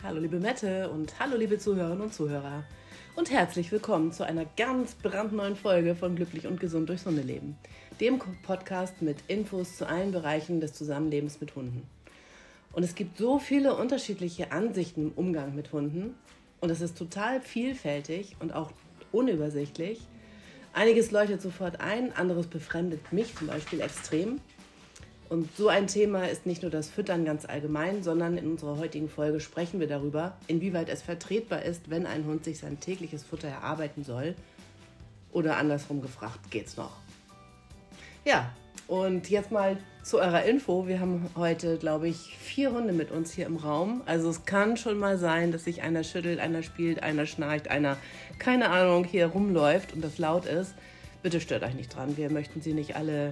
Hallo liebe Mette und hallo liebe Zuhörerinnen und Zuhörer und herzlich willkommen zu einer ganz brandneuen Folge von Glücklich und Gesund durchs Hundeleben, dem Podcast mit Infos zu allen Bereichen des Zusammenlebens mit Hunden. Und es gibt so viele unterschiedliche Ansichten im Umgang mit Hunden und es ist total vielfältig und auch unübersichtlich. Einiges leuchtet sofort ein, anderes befremdet mich zum Beispiel extrem. Und so ein Thema ist nicht nur das Füttern ganz allgemein, sondern in unserer heutigen Folge sprechen wir darüber, inwieweit es vertretbar ist, wenn ein Hund sich sein tägliches Futter erarbeiten soll. Oder andersrum gefragt, geht's noch? Ja, und jetzt mal zu eurer Info. Wir haben heute, glaube ich, 4 Hunde mit uns hier im Raum. Also es kann schon mal sein, dass sich einer schüttelt, einer spielt, einer schnarcht, einer, keine Ahnung, hier rumläuft und das laut ist. Bitte stört euch nicht dran. Wir möchten sie nicht alle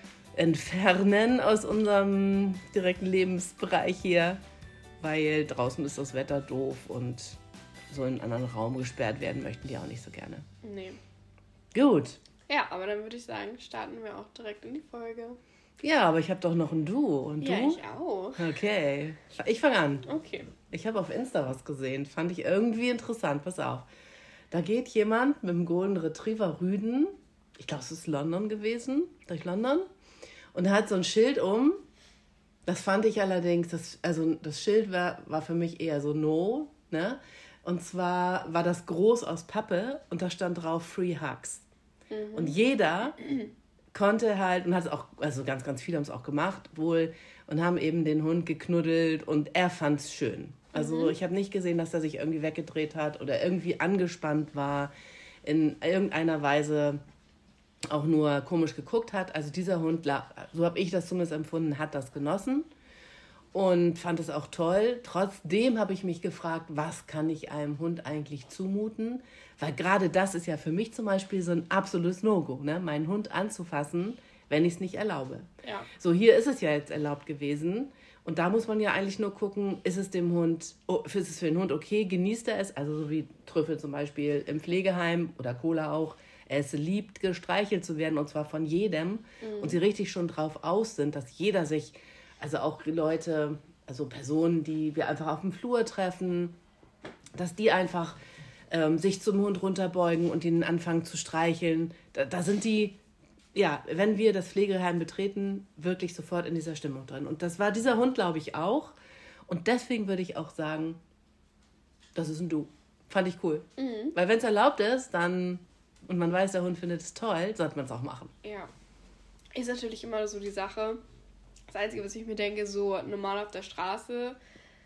entfernen aus unserem direkten Lebensbereich hier, weil draußen ist das Wetter doof und so in einen anderen Raum gesperrt werden möchten die auch nicht so gerne. Nee. Gut. Ja, aber dann würde ich sagen, starten wir auch direkt in die Folge. Ja, aber ich habe doch noch ein Du. Und du? Ja, ich auch. Okay. Ich fange an. Okay. Ich habe auf Insta was gesehen. Fand ich irgendwie interessant. Pass auf. Da geht jemand mit einem Golden Retriever Rüden. Ich glaube, es ist London gewesen. Durch London. Und er hat so ein Schild um. Das fand ich allerdings, das Schild war für mich eher so no, ne? Und zwar war das groß aus Pappe und da stand drauf Free Hugs. Mhm. Und jeder konnte halt, und hat es auch, also ganz, ganz viele haben es auch gemacht wohl, und haben eben den Hund geknuddelt und er fand es schön. Also ich habe nicht gesehen, dass er sich irgendwie weggedreht hat oder irgendwie angespannt war, in irgendeiner Weise auch nur komisch geguckt hat. Also dieser Hund, so habe ich das zumindest empfunden, hat das genossen und fand es auch toll. Trotzdem habe ich mich gefragt, was kann ich einem Hund eigentlich zumuten? Weil gerade das ist ja für mich zum Beispiel so ein absolutes No-Go, ne? Meinen Hund anzufassen, wenn ich es nicht erlaube. Ja. So, hier ist es ja jetzt erlaubt gewesen und da muss man ja eigentlich nur gucken, ist es für den Hund okay, genießt er es? Also so wie Trüffel zum Beispiel im Pflegeheim oder Cola auch. Es liebt, gestreichelt zu werden und zwar von jedem. Und sie richtig schon drauf aus sind, dass jeder sich, also auch Leute, also Personen, die wir einfach auf dem Flur treffen, dass die einfach sich zum Hund runterbeugen und ihn anfangen zu streicheln. Da sind die, ja, wenn wir das Pflegeheim betreten, wirklich sofort in dieser Stimmung drin. Und das war dieser Hund, glaube ich, auch. Und deswegen würde ich auch sagen, das ist ein Du. Fand ich cool. Mhm. Weil wenn es erlaubt ist, dann... und man weiß, der Hund findet es toll, sollte man es auch machen. Ja. Ist natürlich immer so die Sache. Das Einzige, was ich mir denke, so normal auf der Straße,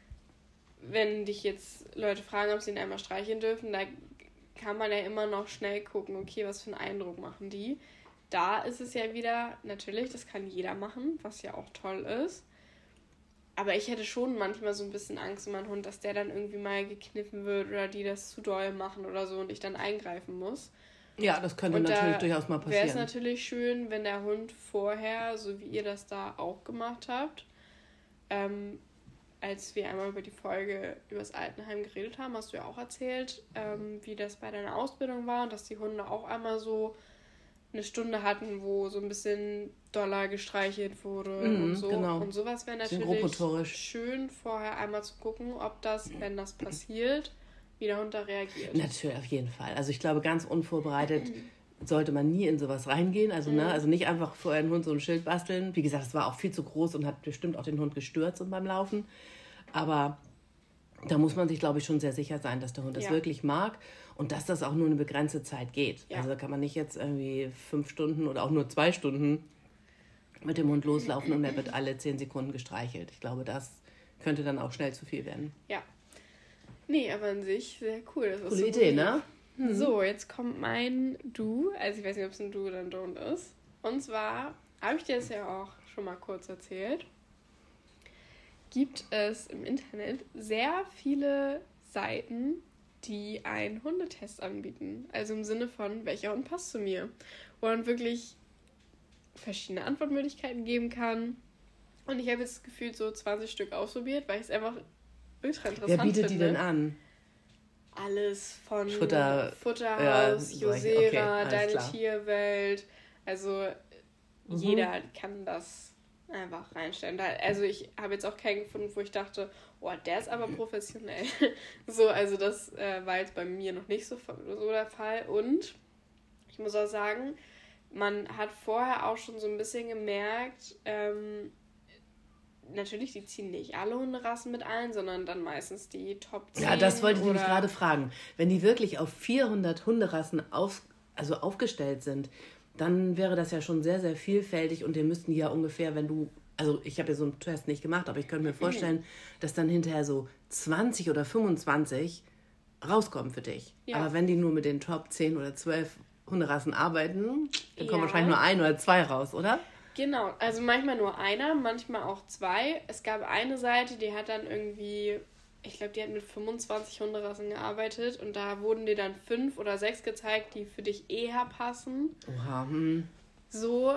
wenn dich jetzt Leute fragen, ob sie ihn einmal streicheln dürfen, da kann man ja immer noch schnell gucken, okay, was für einen Eindruck machen die. Da ist es ja wieder, natürlich, das kann jeder machen, was ja auch toll ist. Aber ich hätte schon manchmal so ein bisschen Angst um meinen Hund, dass der dann irgendwie mal gekniffen wird oder die das zu doll machen oder so und ich dann eingreifen muss. Ja, das könnte natürlich durchaus mal passieren. Wäre es natürlich schön, wenn der Hund vorher, so wie ihr das da auch gemacht habt, als wir einmal über die Folge über das Altenheim geredet haben, hast du ja auch erzählt, wie das bei deiner Ausbildung war und dass die Hunde auch einmal so eine Stunde hatten, wo so ein bisschen doller gestreichelt wurde und so. Genau. Und sowas wäre natürlich schön, vorher einmal zu gucken, ob das, wenn das passiert, wie der Hund da reagiert. Natürlich, auf jeden Fall. Also ich glaube, ganz unvorbereitet sollte man nie in sowas reingehen. Also, also nicht einfach vor einen Hund so ein Schild basteln. Wie gesagt, es war auch viel zu groß und hat bestimmt auch den Hund gestürzt beim Laufen. Aber da muss man sich, glaube ich, schon sehr sicher sein, dass der Hund das wirklich mag und dass das auch nur eine begrenzte Zeit geht. Ja. Also da kann man nicht jetzt irgendwie 5 Stunden oder auch nur 2 Stunden mit dem Hund loslaufen und er wird alle 10 Sekunden gestreichelt. Ich glaube, das könnte dann auch schnell zu viel werden. Ja. Nee, aber an sich sehr cool. Das ist coole Idee, ne? So, jetzt kommt mein Du. Also ich weiß nicht, ob es ein Du oder ein Don't ist. Und zwar habe ich dir das ja auch schon mal kurz erzählt. Gibt es im Internet sehr viele Seiten, die einen Hundetest anbieten. Also im Sinne von, welcher Hund passt zu mir. Wo man wirklich verschiedene Antwortmöglichkeiten geben kann. Und ich habe jetzt gefühlt so 20 Stück ausprobiert, weil ich es einfach ultra interessant finde. Wer bietet die denn an? Alles von Futterhaus, ja, Josera, Deine klar. Tierwelt. Also jeder kann das einfach reinstellen. Also ich habe jetzt auch keinen gefunden, wo ich dachte, oh, der ist aber professionell. So, also das war jetzt bei mir noch nicht so der Fall. Und ich muss auch sagen, man hat vorher auch schon so ein bisschen gemerkt, natürlich, die ziehen nicht alle Hunderassen mit ein, sondern dann meistens die Top 10. Ja, das wollte ich nämlich gerade fragen. Wenn die wirklich auf 400 Hunderassen aufgestellt sind, dann wäre das ja schon sehr, sehr vielfältig und den müssten die ja ungefähr, wenn du, also ich habe ja so einen Test nicht gemacht, aber ich könnte mir vorstellen, dass dann hinterher so 20 oder 25 rauskommen für dich. Ja. Aber wenn die nur mit den Top 10 oder 12 Hunderassen arbeiten, dann kommen wahrscheinlich nur 1 oder 2 raus, oder? Genau, also manchmal nur einer, manchmal auch 2. Es gab eine Seite, die hat dann irgendwie, ich glaube, die hat mit 25 Hunderassen gearbeitet und da wurden dir dann 5 oder 6 gezeigt, die für dich eher passen. Oha. So,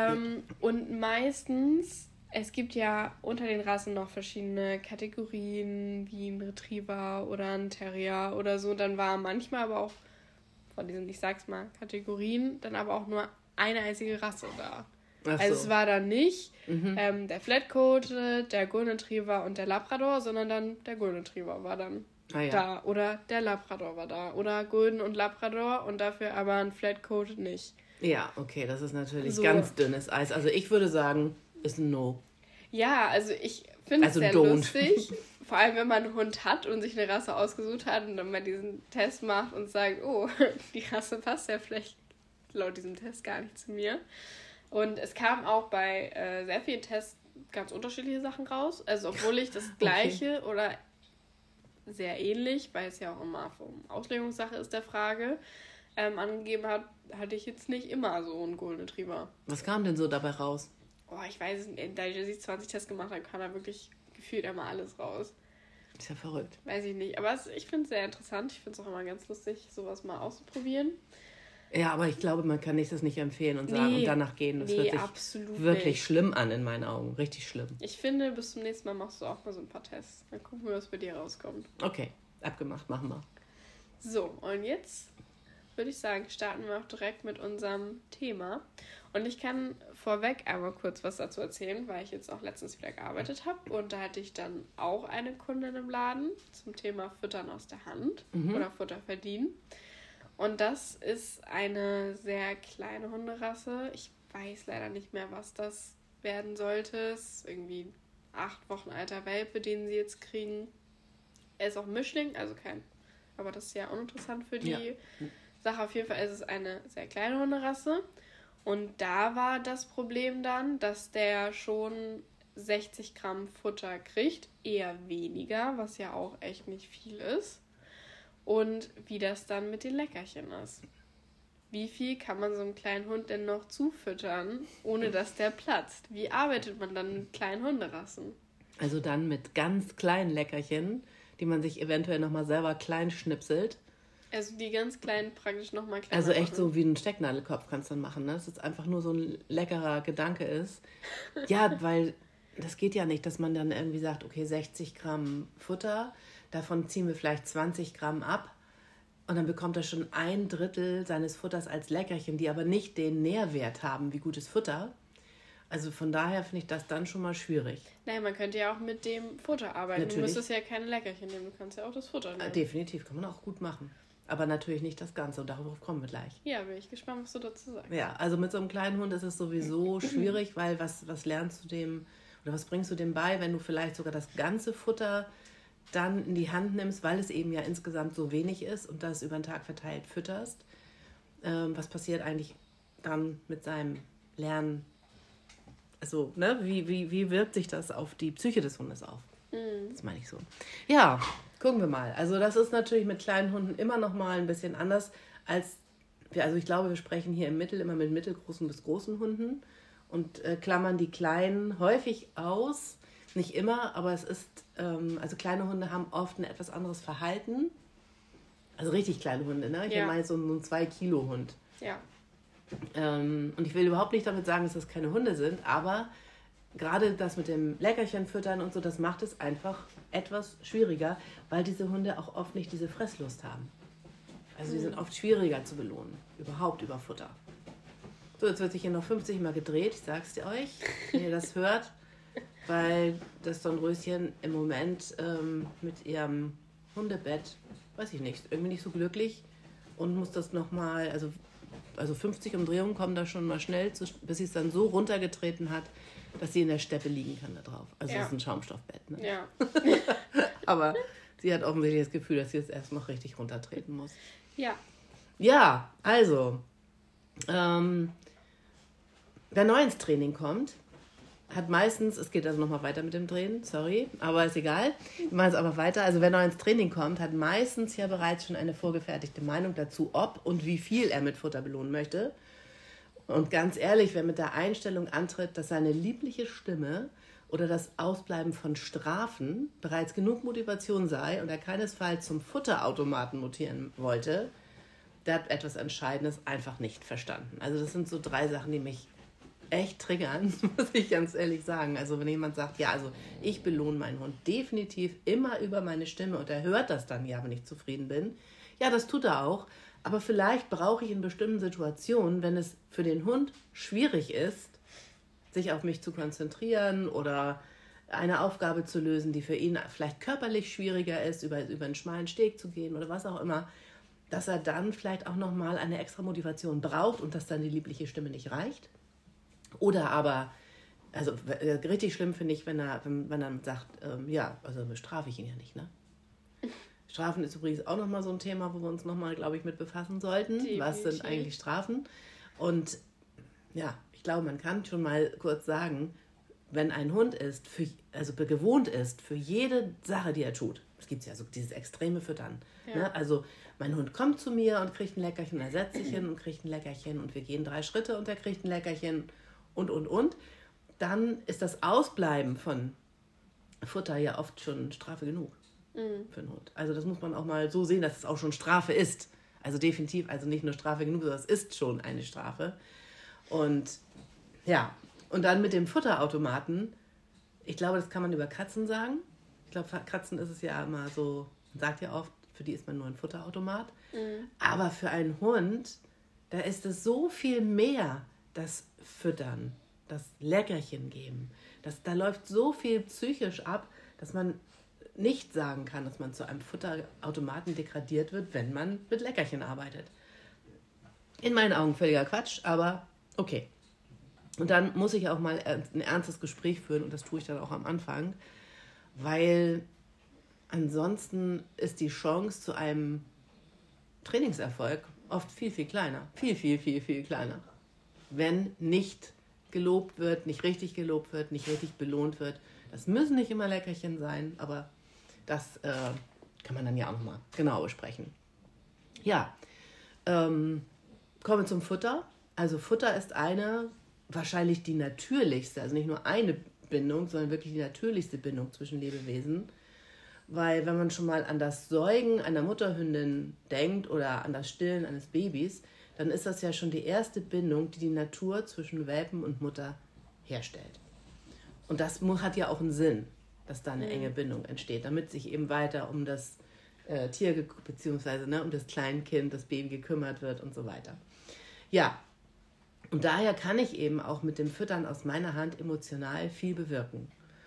und meistens, es gibt ja unter den Rassen noch verschiedene Kategorien, wie ein Retriever oder ein Terrier oder so. Dann war manchmal aber auch von diesen, ich sag's mal, Kategorien, dann aber auch nur eine einzige Rasse da. Ach so. Also es war dann nicht der Flatcoated, der Golden Retriever und der Labrador, sondern dann der Golden Retriever war dann da. Oder der Labrador war da. Oder Golden und Labrador und dafür aber ein Flatcoated nicht. Ja, okay, das ist natürlich ganz dünnes Eis. Also ich würde sagen, ist ein No. Ja, also ich finde es sehr lustig. Vor allem, wenn man einen Hund hat und sich eine Rasse ausgesucht hat und dann mal diesen Test macht und sagt, oh, die Rasse passt ja vielleicht laut diesem Test gar nicht zu mir. Und es kam auch bei sehr vielen Tests ganz unterschiedliche Sachen raus. Also obwohl ich das Gleiche oder sehr ähnlich, weil es ja auch immer Auslegungssache ist der Frage, angegeben hat, hatte ich jetzt nicht immer so einen Golden Retriever. Was kam denn so dabei raus? Oh, ich weiß es nicht. Da ich 20 Tests gemacht habe, kam da wirklich gefühlt immer alles raus. Ist ja verrückt. Weiß ich nicht. Aber ich finde es sehr interessant. Ich finde es auch immer ganz lustig, sowas mal auszuprobieren. Ja, aber ich glaube, man kann das nicht empfehlen und sagen und danach gehen. Das hört sich wirklich schlimm an in meinen Augen. Richtig schlimm. Ich finde, bis zum nächsten Mal machst du auch mal so ein paar Tests. Dann gucken wir, was bei dir rauskommt. Okay, abgemacht. Machen wir. So, und jetzt würde ich sagen, starten wir auch direkt mit unserem Thema. Und ich kann vorweg einmal kurz was dazu erzählen, weil ich jetzt auch letztens wieder gearbeitet habe. Und da hatte ich dann auch eine Kundin im Laden zum Thema Füttern aus der Hand oder Futter verdienen. Und das ist eine sehr kleine Hunderasse. Ich weiß leider nicht mehr, was das werden sollte. Es ist irgendwie 8 Wochen alter Welpe, den sie jetzt kriegen. Er ist auch Mischling, also kein... Aber das ist ja uninteressant für die Sache. Auf jeden Fall ist es eine sehr kleine Hunderasse. Und da war das Problem dann, dass der schon 60 Gramm Futter kriegt. Eher weniger, was ja auch echt nicht viel ist. Und wie das dann mit den Leckerchen ist. Wie viel kann man so einem kleinen Hund denn noch zufüttern, ohne dass der platzt? Wie arbeitet man dann mit kleinen Hunderassen? Also dann mit ganz kleinen Leckerchen, die man sich eventuell nochmal selber klein schnipselt. Also die ganz kleinen praktisch nochmal kleiner Also echt so wie ein Stecknadelkopf kannst du dann machen, ne? Dass es einfach nur so ein leckerer Gedanke ist. Ja, weil das geht ja nicht, dass man dann irgendwie sagt, okay, 60 Gramm Futter, davon ziehen wir vielleicht 20 Gramm ab und dann bekommt er schon 1/3 seines Futters als Leckerchen, die aber nicht den Nährwert haben wie gutes Futter. Also von daher finde ich das dann schon mal schwierig. Naja, man könnte ja auch mit dem Futter arbeiten. Natürlich. Du müsstest ja keine Leckerchen nehmen, du kannst ja auch das Futter nehmen. Definitiv, kann man auch gut machen. Aber natürlich nicht das Ganze und darauf kommen wir gleich. Ja, bin ich gespannt, was du dazu sagst. Ja, also mit so einem kleinen Hund ist es sowieso schwierig, weil was lernst du dem oder was bringst du dem bei, wenn du vielleicht sogar das ganze Futter dann in die Hand nimmst, weil es eben ja insgesamt so wenig ist und das über den Tag verteilt fütterst. Was passiert eigentlich dann mit seinem Lernen? Also, ne, wie wirkt sich das auf die Psyche des Hundes auf? Das meine ich so. Ja, gucken wir mal. Also das ist natürlich mit kleinen Hunden immer noch mal ein bisschen anders als also ich glaube, wir sprechen hier im Mittel immer mit mittelgroßen bis großen Hunden und klammern die Kleinen häufig aus. Nicht immer, aber es ist, also kleine Hunde haben oft ein etwas anderes Verhalten. Also richtig kleine Hunde, ne? Ich meine so ein 2-Kilo-Hund. Ja. Und ich will überhaupt nicht damit sagen, dass das keine Hunde sind, aber gerade das mit dem Leckerchen füttern und so, das macht es einfach etwas schwieriger, weil diese Hunde auch oft nicht diese Fresslust haben. Also die sind oft schwieriger zu belohnen, überhaupt über Futter. So, jetzt wird sich hier noch 50 Mal gedreht, ich sag's dir euch, wenn ihr das hört, weil das Dornröschen im Moment mit ihrem Hundebett, weiß ich nicht, irgendwie nicht so glücklich und muss das nochmal, also 50 Umdrehungen kommen da schon mal schnell, bis sie es dann so runtergetreten hat, dass sie in der Steppe liegen kann da drauf. Also das ist ein Schaumstoffbett. Ne? Ja. Aber sie hat offensichtlich das Gefühl, dass sie es erst noch richtig runtertreten muss. Ja. Ja, also, wer neu ins Training kommt, hat meistens, es geht also nochmal weiter mit dem Drehen, sorry, aber ist egal, wir machen es aber weiter. Also wer neu ins Training kommt, hat meistens ja bereits schon eine vorgefertigte Meinung dazu, ob und wie viel er mit Futter belohnen möchte. Und ganz ehrlich, wer mit der Einstellung antritt, dass seine liebliche Stimme oder das Ausbleiben von Strafen bereits genug Motivation sei und er keinesfalls zum Futterautomaten mutieren wollte, der hat etwas Entscheidendes einfach nicht verstanden. Also das sind so 3 Sachen, die mich echt triggern, muss ich ganz ehrlich sagen. Also wenn jemand sagt, ja, also ich belohne meinen Hund definitiv immer über meine Stimme und er hört das dann ja, wenn ich zufrieden bin. Ja, das tut er auch. Aber vielleicht brauche ich in bestimmten Situationen, wenn es für den Hund schwierig ist, sich auf mich zu konzentrieren oder eine Aufgabe zu lösen, die für ihn vielleicht körperlich schwieriger ist, über einen schmalen Steg zu gehen oder was auch immer, dass er dann vielleicht auch nochmal eine extra Motivation braucht und dass dann die liebliche Stimme nicht reicht. Oder aber, also richtig schlimm finde ich, wenn er sagt, ja, also bestrafe ich ihn ja nicht, ne? Strafen ist übrigens auch nochmal so ein Thema, wo wir uns nochmal, glaube ich, mit befassen sollten. Definitiv. Was sind eigentlich Strafen? Und ja, ich glaube, man kann schon mal kurz sagen, wenn ein Hund gewohnt ist für jede Sache, die er tut, es gibt ja so dieses extreme Füttern. Ja. Ne? Also mein Hund kommt zu mir und kriegt ein Leckerchen, er setzt sich hin und kriegt ein Leckerchen und wir gehen 3 Schritte und er kriegt ein Leckerchen und. Dann ist das Ausbleiben von Futter ja oft schon Strafe genug. Für einen Hund. Also das muss man auch mal so sehen, dass es auch schon Strafe ist. Also definitiv, also nicht nur Strafe genug, sondern es ist schon eine Strafe. Und ja, und dann mit dem Futterautomaten, ich glaube, das kann man über Katzen sagen. Ich glaube, Katzen ist es ja immer so, man sagt ja oft, für die ist man nur ein Futterautomat. Aber für einen Hund, da ist es so viel mehr, das Füttern, das Leckerchen geben. Da läuft so viel psychisch ab, dass man nicht sagen kann, dass man zu einem Futterautomaten degradiert wird, wenn man mit Leckerchen arbeitet. In meinen Augen völliger Quatsch, aber okay. Und dann muss ich auch mal ein ernstes Gespräch führen und das tue ich dann auch am Anfang, weil ansonsten ist die Chance zu einem Trainingserfolg oft viel, viel kleiner. Viel, viel, viel, viel kleiner. Wenn nicht gelobt wird, nicht richtig gelobt wird, nicht richtig belohnt wird. Das müssen nicht immer Leckerchen sein, aber das kann man dann ja auch nochmal genau besprechen. Ja, kommen wir zum Futter. Also Futter ist wahrscheinlich die natürlichste, also nicht nur eine Bindung, sondern wirklich die natürlichste Bindung zwischen Lebewesen. Weil wenn man schon mal an das Säugen einer Mutterhündin denkt oder an das Stillen eines Babys, dann ist das ja schon die erste Bindung, die die Natur zwischen Welpen und Mutter herstellt. Und das hat ja auch einen Sinn, dass da eine enge Bindung entsteht, damit sich eben weiter um das Tier beziehungsweise um das Kleinkind, das Baby gekümmert wird und so weiter. Ja, und daher kann ich eben auch mit dem Füttern aus meiner Hand emotional viel bewirken.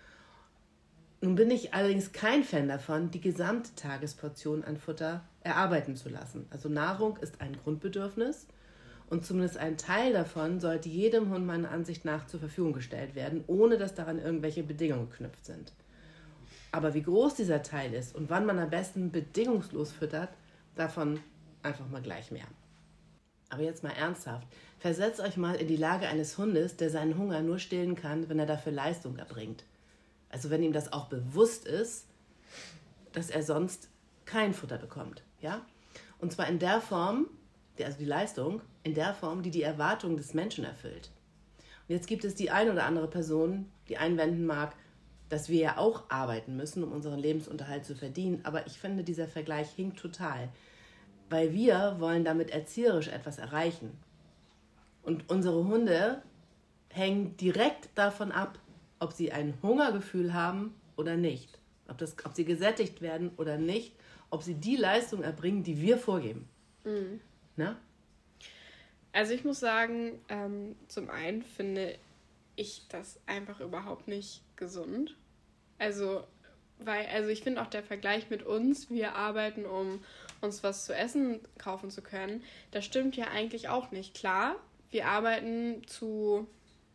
Nun bin ich allerdings kein Fan davon, die gesamte Tagesportion an Futter erarbeiten zu lassen. Also Nahrung ist ein Grundbedürfnis und zumindest ein Teil davon sollte jedem Hund meiner Ansicht nach zur Verfügung gestellt werden, ohne dass daran irgendwelche Bedingungen geknüpft sind. Aber wie groß dieser Teil ist und wann man am besten bedingungslos füttert, davon einfach mal gleich mehr. Aber jetzt mal ernsthaft. Versetzt euch mal in die Lage eines Hundes, der seinen Hunger nur stillen kann, wenn er dafür Leistung erbringt. Also wenn ihm das auch bewusst ist, dass er sonst kein Futter bekommt. Ja? Und zwar in der Form, also die Leistung, in der Form, die die Erwartungen des Menschen erfüllt. Und jetzt gibt es die eine oder andere Person, die einwenden mag, dass wir ja auch arbeiten müssen, um unseren Lebensunterhalt zu verdienen. Aber ich finde, dieser Vergleich hinkt total. Weil wir wollen damit erzieherisch etwas erreichen. Und unsere Hunde hängen direkt davon ab, ob sie ein Hungergefühl haben oder nicht. Ob sie gesättigt werden oder nicht. Ob sie die Leistung erbringen, die wir vorgeben. Mhm. Na? Also ich muss sagen, zum einen finde ich das einfach überhaupt nicht gesund. Also ich finde auch der Vergleich mit uns, wir arbeiten, um uns was zu essen kaufen zu können, das stimmt ja eigentlich auch nicht. Klar, wir arbeiten zu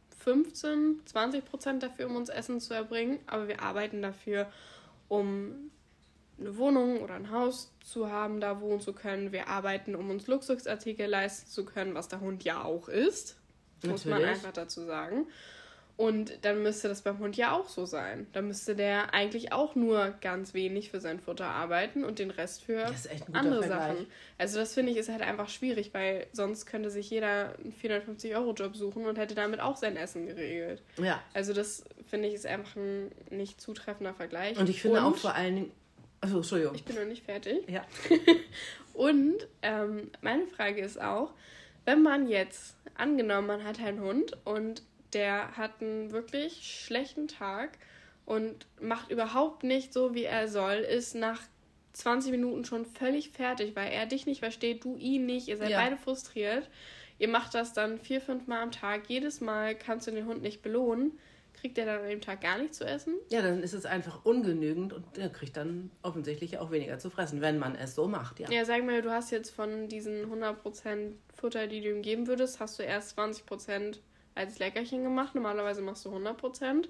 15-20% dafür, um uns Essen zu erbringen, aber wir arbeiten dafür, um eine Wohnung oder ein Haus zu haben, da wohnen zu können. Wir arbeiten, um uns Luxusartikel leisten zu können, was der Hund ja auch ist. Muss man einfach dazu sagen. Und dann müsste das beim Hund ja auch so sein. Dann müsste der eigentlich auch nur ganz wenig für sein Futter arbeiten und den Rest für andere Sachen. Also das finde ich ist halt einfach schwierig, weil sonst könnte sich jeder einen 450-Euro-Job suchen und hätte damit auch sein Essen geregelt. Ja. Also das finde ich ist einfach ein nicht zutreffender Vergleich. Und ich finde auch vor allen Dingen... Achso, Entschuldigung. Ich bin noch nicht fertig. Ja. Und meine Frage ist auch, wenn man jetzt, angenommen, man hat einen Hund und der hat einen wirklich schlechten Tag und macht überhaupt nicht so, wie er soll, ist nach 20 Minuten schon völlig fertig, weil er dich nicht versteht, du ihn nicht, ihr seid beide frustriert. Ihr macht das dann 4-5 Mal am Tag. Jedes Mal kannst du den Hund nicht belohnen. Kriegt er dann an dem Tag gar nicht zu essen? Ja, dann ist es einfach ungenügend und er kriegt dann offensichtlich auch weniger zu fressen, wenn man es so macht, ja. Ja, sag mal, du hast jetzt von diesen 100% Futter, die du ihm geben würdest, hast du erst 20% als Leckerchen gemacht. Normalerweise machst du 100%.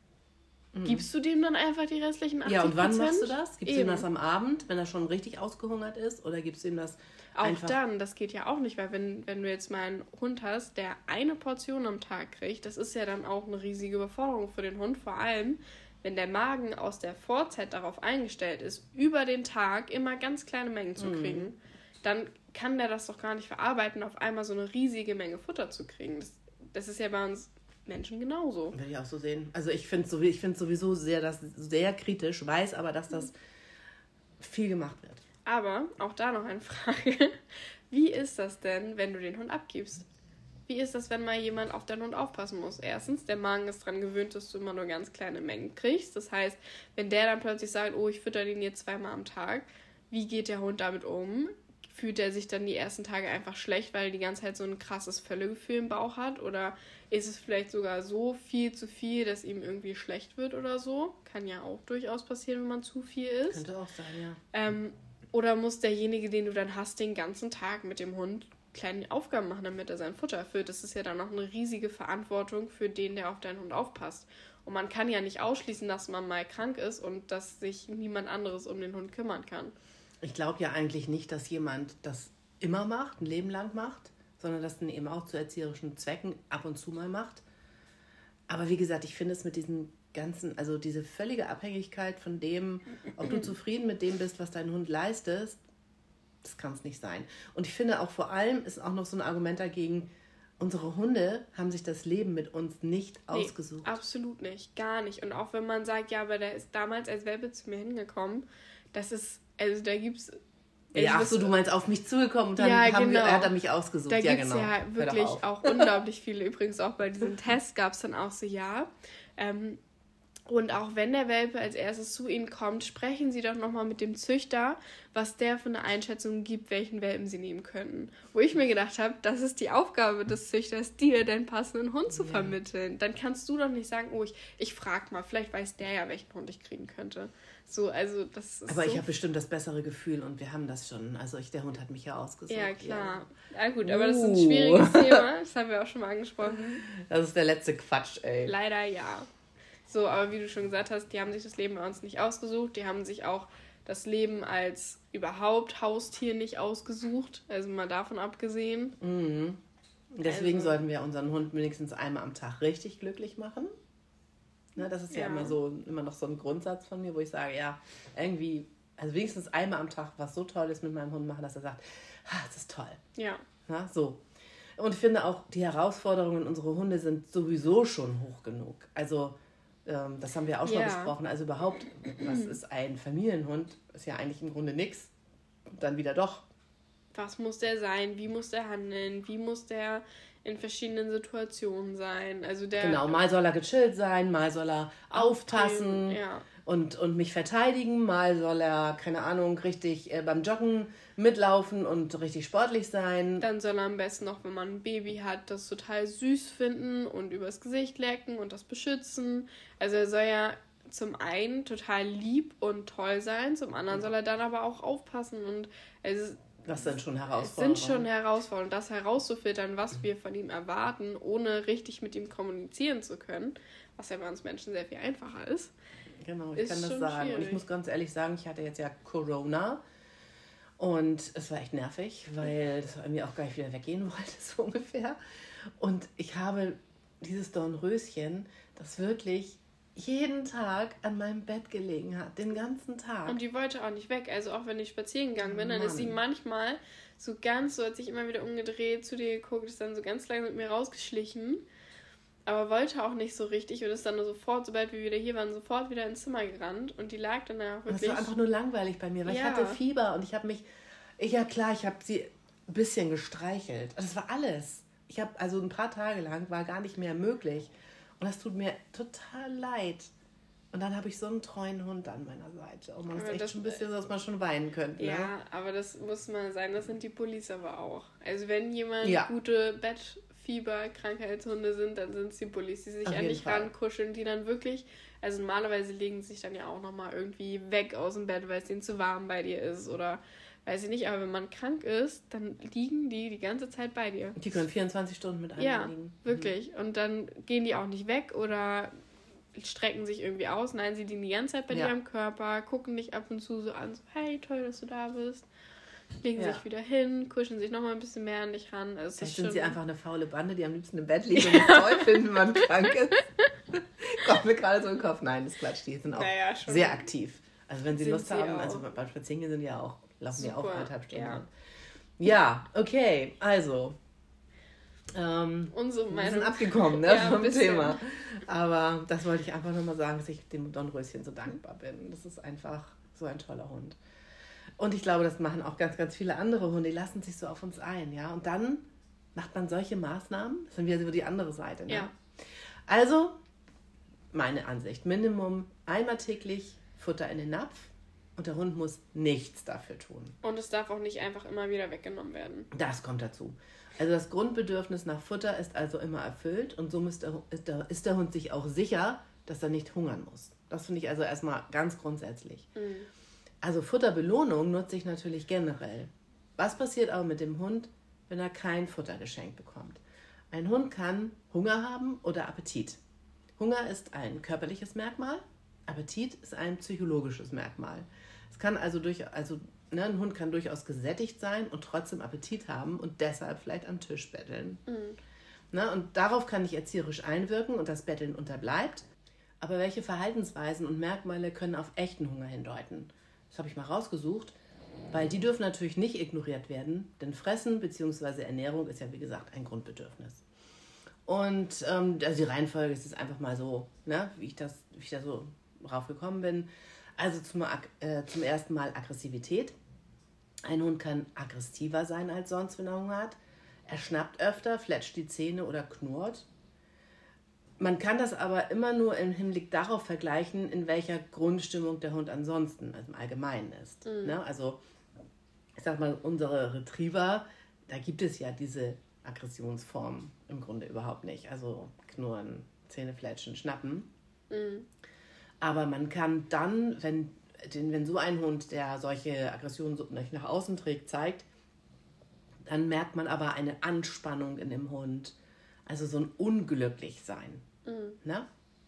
Gibst du dem dann einfach die restlichen 80%? Ja, und wann machst du das? Gibst du ihm das am Abend, wenn er schon richtig ausgehungert ist? Oder gibst du ihm das einfach... Auch dann, das geht ja auch nicht, weil wenn du jetzt mal einen Hund hast, der eine Portion am Tag kriegt, das ist ja dann auch eine riesige Überforderung für den Hund. Vor allem, wenn der Magen aus der Vorzeit darauf eingestellt ist, über den Tag immer ganz kleine Mengen zu kriegen, dann kann der das doch gar nicht verarbeiten, auf einmal so eine riesige Menge Futter zu kriegen. Das ist ja bei uns Menschen genauso. Würde ich auch so sehen. Also ich finde sowieso sehr kritisch, weiß aber, dass das viel gemacht wird. Aber auch da noch eine Frage. Wie ist das denn, wenn du den Hund abgibst? Wie ist das, wenn mal jemand auf deinen Hund aufpassen muss? Erstens, der Magen ist daran gewöhnt, dass du immer nur ganz kleine Mengen kriegst. Das heißt, wenn der dann plötzlich sagt, oh, ich fütter den jetzt 2-mal am Tag, wie geht der Hund damit um? Fühlt er sich dann die ersten Tage einfach schlecht, weil er die ganze Zeit so ein krasses Völlegefühl im Bauch hat? Oder ist es vielleicht sogar so viel zu viel, dass ihm irgendwie schlecht wird oder so? Kann ja auch durchaus passieren, wenn man zu viel isst. Könnte auch sein, ja. Oder muss derjenige, den du dann hast, den ganzen Tag mit dem Hund kleine Aufgaben machen, damit er sein Futter erfüllt? Das ist ja dann noch eine riesige Verantwortung für den, der auf deinen Hund aufpasst. Und man kann ja nicht ausschließen, dass man mal krank ist und dass sich niemand anderes um den Hund kümmern kann. Ich glaube ja eigentlich nicht, dass jemand das immer macht, ein Leben lang macht, sondern dass man eben auch zu erzieherischen Zwecken ab und zu mal macht. Aber wie gesagt, ich finde es mit diesen ganzen, also diese völlige Abhängigkeit von dem, ob du zufrieden mit dem bist, was dein Hund leistet, das kann es nicht sein. Und ich finde auch vor allem ist auch noch so ein Argument dagegen, unsere Hunde haben sich das Leben mit uns nicht ausgesucht. Absolut nicht, gar nicht. Und auch wenn man sagt, ja, aber der ist damals als Welpe zu mir hingekommen, das ist, also da gibt's... Ja, ach so, du meinst auf mich zugekommen und dann hat er mich ausgesucht. Da gibt es ja wirklich auch unglaublich viele. Übrigens auch bei diesem Test gab es dann auch so, ja. Und auch wenn der Welpe als erstes zu Ihnen kommt, sprechen Sie doch nochmal mit dem Züchter, was der für eine Einschätzung gibt, welchen Welpen Sie nehmen könnten. Wo ich mir gedacht habe, das ist die Aufgabe des Züchters, dir den passenden Hund zu vermitteln. Dann kannst du doch nicht sagen, oh, ich frag mal, vielleicht weiß der ja, welchen Hund ich kriegen könnte. So, also das ist aber so. Ich habe bestimmt das bessere Gefühl und wir haben das schon. Also der Hund hat mich ja ausgesucht. Ja, klar. Ja gut, aber das ist ein schwieriges Thema. Das haben wir auch schon mal angesprochen. Das ist der letzte Quatsch, ey. Leider ja. So, aber wie du schon gesagt hast, die haben sich das Leben bei uns nicht ausgesucht. Die haben sich auch das Leben als überhaupt Haustier nicht ausgesucht. Also mal davon abgesehen. Mhm. Deswegen sollten wir unseren Hund wenigstens einmal am Tag richtig glücklich machen. Ne, das ist ja immer noch so ein Grundsatz von mir, wo ich sage, ja, irgendwie, also wenigstens einmal am Tag was so Tolles mit meinem Hund machen, dass er sagt, das ist toll. Ja. Na, so. Und ich finde auch, die Herausforderungen unserer Hunde sind sowieso schon hoch genug. Also, das haben wir auch schon besprochen. Also überhaupt, was ist ein Familienhund? Ist ja eigentlich im Grunde nichts. Und dann wieder doch. Was muss der sein? Wie muss der handeln? Wie muss der in verschiedenen Situationen sein. Also genau, mal soll er gechillt sein, mal soll er aufpassen und mich verteidigen, mal soll er, keine Ahnung, richtig beim Joggen mitlaufen und richtig sportlich sein. Dann soll er am besten noch, wenn man ein Baby hat, das total süß finden und übers Gesicht lecken und das beschützen. Also er soll ja zum einen total lieb und toll sein, zum anderen soll er dann aber auch aufpassen und das sind schon Herausforderungen. Es sind schon Herausforderungen. Das herauszufiltern, was wir von ihm erwarten, ohne richtig mit ihm kommunizieren zu können, was ja bei uns Menschen sehr viel einfacher ist. Genau, ich kann das sagen. Schwierig. Und ich muss ganz ehrlich sagen, ich hatte jetzt ja Corona und es war echt nervig, weil das irgendwie auch gar nicht wieder weggehen wollte, so ungefähr. Und ich habe dieses Dornröschen, das wirklich jeden Tag an meinem Bett gelegen hat, den ganzen Tag. Und die wollte auch nicht weg. Also auch wenn ich spazieren gegangen bin, dann ist sie manchmal so hat sich immer wieder umgedreht, zu dir geguckt, ist dann so ganz langsam mit mir rausgeschlichen, aber wollte auch nicht so richtig und ist dann nur sofort, sobald wir wieder hier waren, sofort wieder ins Zimmer gerannt und die lag danach wirklich... Das war einfach nur langweilig bei mir, weil ich hatte Fieber und ich habe sie ein bisschen gestreichelt. Das war alles. Also ein paar Tage lang war gar nicht mehr möglich. Und das tut mir total leid. Und dann habe ich so einen treuen Hund an meiner Seite. Und man ist echt schon ein bisschen so, dass man schon weinen könnte. Ja, ne? Aber das muss man sagen, das sind die Pullis aber auch. Also wenn jemand gute Bettfieber-Krankheitshunde sind, dann sind es die Pullis, die sich an dich rankuscheln, die dann wirklich, also normalerweise legen sie sich dann ja auch nochmal irgendwie weg aus dem Bett, weil es ihnen zu warm bei dir ist oder... Weiß ich nicht, aber wenn man krank ist, dann liegen die ganze Zeit bei dir. Die können 24 Stunden mit einem liegen. Ja, wirklich. Und dann gehen die auch nicht weg oder strecken sich irgendwie aus. Nein, sie liegen die ganze Zeit bei dir am Körper, gucken dich ab und zu so an, so, hey, toll, dass du da bist. Legen sich wieder hin, kuscheln sich nochmal ein bisschen mehr an dich ran. Also vielleicht sind sie einfach eine faule Bande, die am liebsten im Bett liegen und es toll finden, wenn man krank ist. Kommt mir gerade so im Kopf. Nein, das ist Quatsch. Die sind auch sehr aktiv. Also wenn sie Lust haben, also beim Spazierengehen sind die ja auch laufen wir auch 1,5 Stunden. Ja, okay, also. Wir sind abgekommen vom Thema. Aber das wollte ich einfach nochmal sagen, dass ich dem Dornröschen so dankbar bin. Das ist einfach so ein toller Hund. Und ich glaube, das machen auch ganz, ganz viele andere Hunde. Die lassen sich so auf uns ein, ja. Und dann macht man solche Maßnahmen. Das sind wieder so die andere Seite, ne? Ja. Also, meine Ansicht, Minimum einmal täglich Futter in den Napf. Und der Hund muss nichts dafür tun. Und es darf auch nicht einfach immer wieder weggenommen werden. Das kommt dazu. Also das Grundbedürfnis nach Futter ist also immer erfüllt und somit ist der Hund sich auch sicher, dass er nicht hungern muss. Das finde ich also erstmal ganz grundsätzlich. Mhm. Also Futterbelohnung nutze ich natürlich generell. Was passiert aber mit dem Hund, wenn er kein Futter geschenkt bekommt? Ein Hund kann Hunger haben oder Appetit. Hunger ist ein körperliches Merkmal, Appetit ist ein psychologisches Merkmal. Es kann ein Hund kann durchaus gesättigt sein und trotzdem Appetit haben und deshalb vielleicht am Tisch betteln. Mhm. Und darauf kann ich erzieherisch einwirken und das Betteln unterbleibt. Aber welche Verhaltensweisen und Merkmale können auf echten Hunger hindeuten? Das habe ich mal rausgesucht, weil die dürfen natürlich nicht ignoriert werden, denn Fressen bzw. Ernährung ist ja wie gesagt ein Grundbedürfnis. Und also die Reihenfolge ist jetzt einfach mal so, ne, wie ich da so raufgekommen bin. Also zum ersten Mal Aggressivität. Ein Hund kann aggressiver sein als sonst, wenn er Hunger hat. Er schnappt öfter, fletscht die Zähne oder knurrt. Man kann das aber immer nur im Hinblick darauf vergleichen, in welcher Grundstimmung der Hund ansonsten, also im Allgemeinen ist. Mhm. Ne? Also, ich sag mal, unsere Retriever, da gibt es ja diese Aggressionsform im Grunde überhaupt nicht. Also knurren, Zähne fletschen, schnappen. Mhm. Aber man kann dann, wenn so ein Hund, der solche Aggressionen nach außen trägt, zeigt, dann merkt man aber eine Anspannung in dem Hund. Also so ein Unglücklichsein. Mhm. Ne?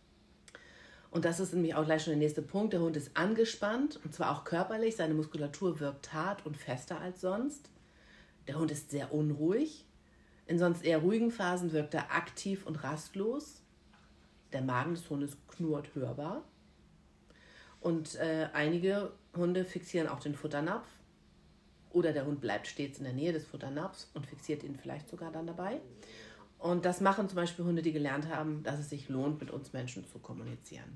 Und das ist nämlich auch gleich schon der nächste Punkt. Der Hund ist angespannt, und zwar auch körperlich. Seine Muskulatur wirkt hart und fester als sonst. Der Hund ist sehr unruhig. In sonst eher ruhigen Phasen wirkt er aktiv und rastlos. Der Magen des Hundes knurrt hörbar. Und einige Hunde fixieren auch den Futternapf. Oder der Hund bleibt stets in der Nähe des Futternapfs und fixiert ihn vielleicht sogar dann dabei. Und das machen zum Beispiel Hunde, die gelernt haben, dass es sich lohnt, mit uns Menschen zu kommunizieren.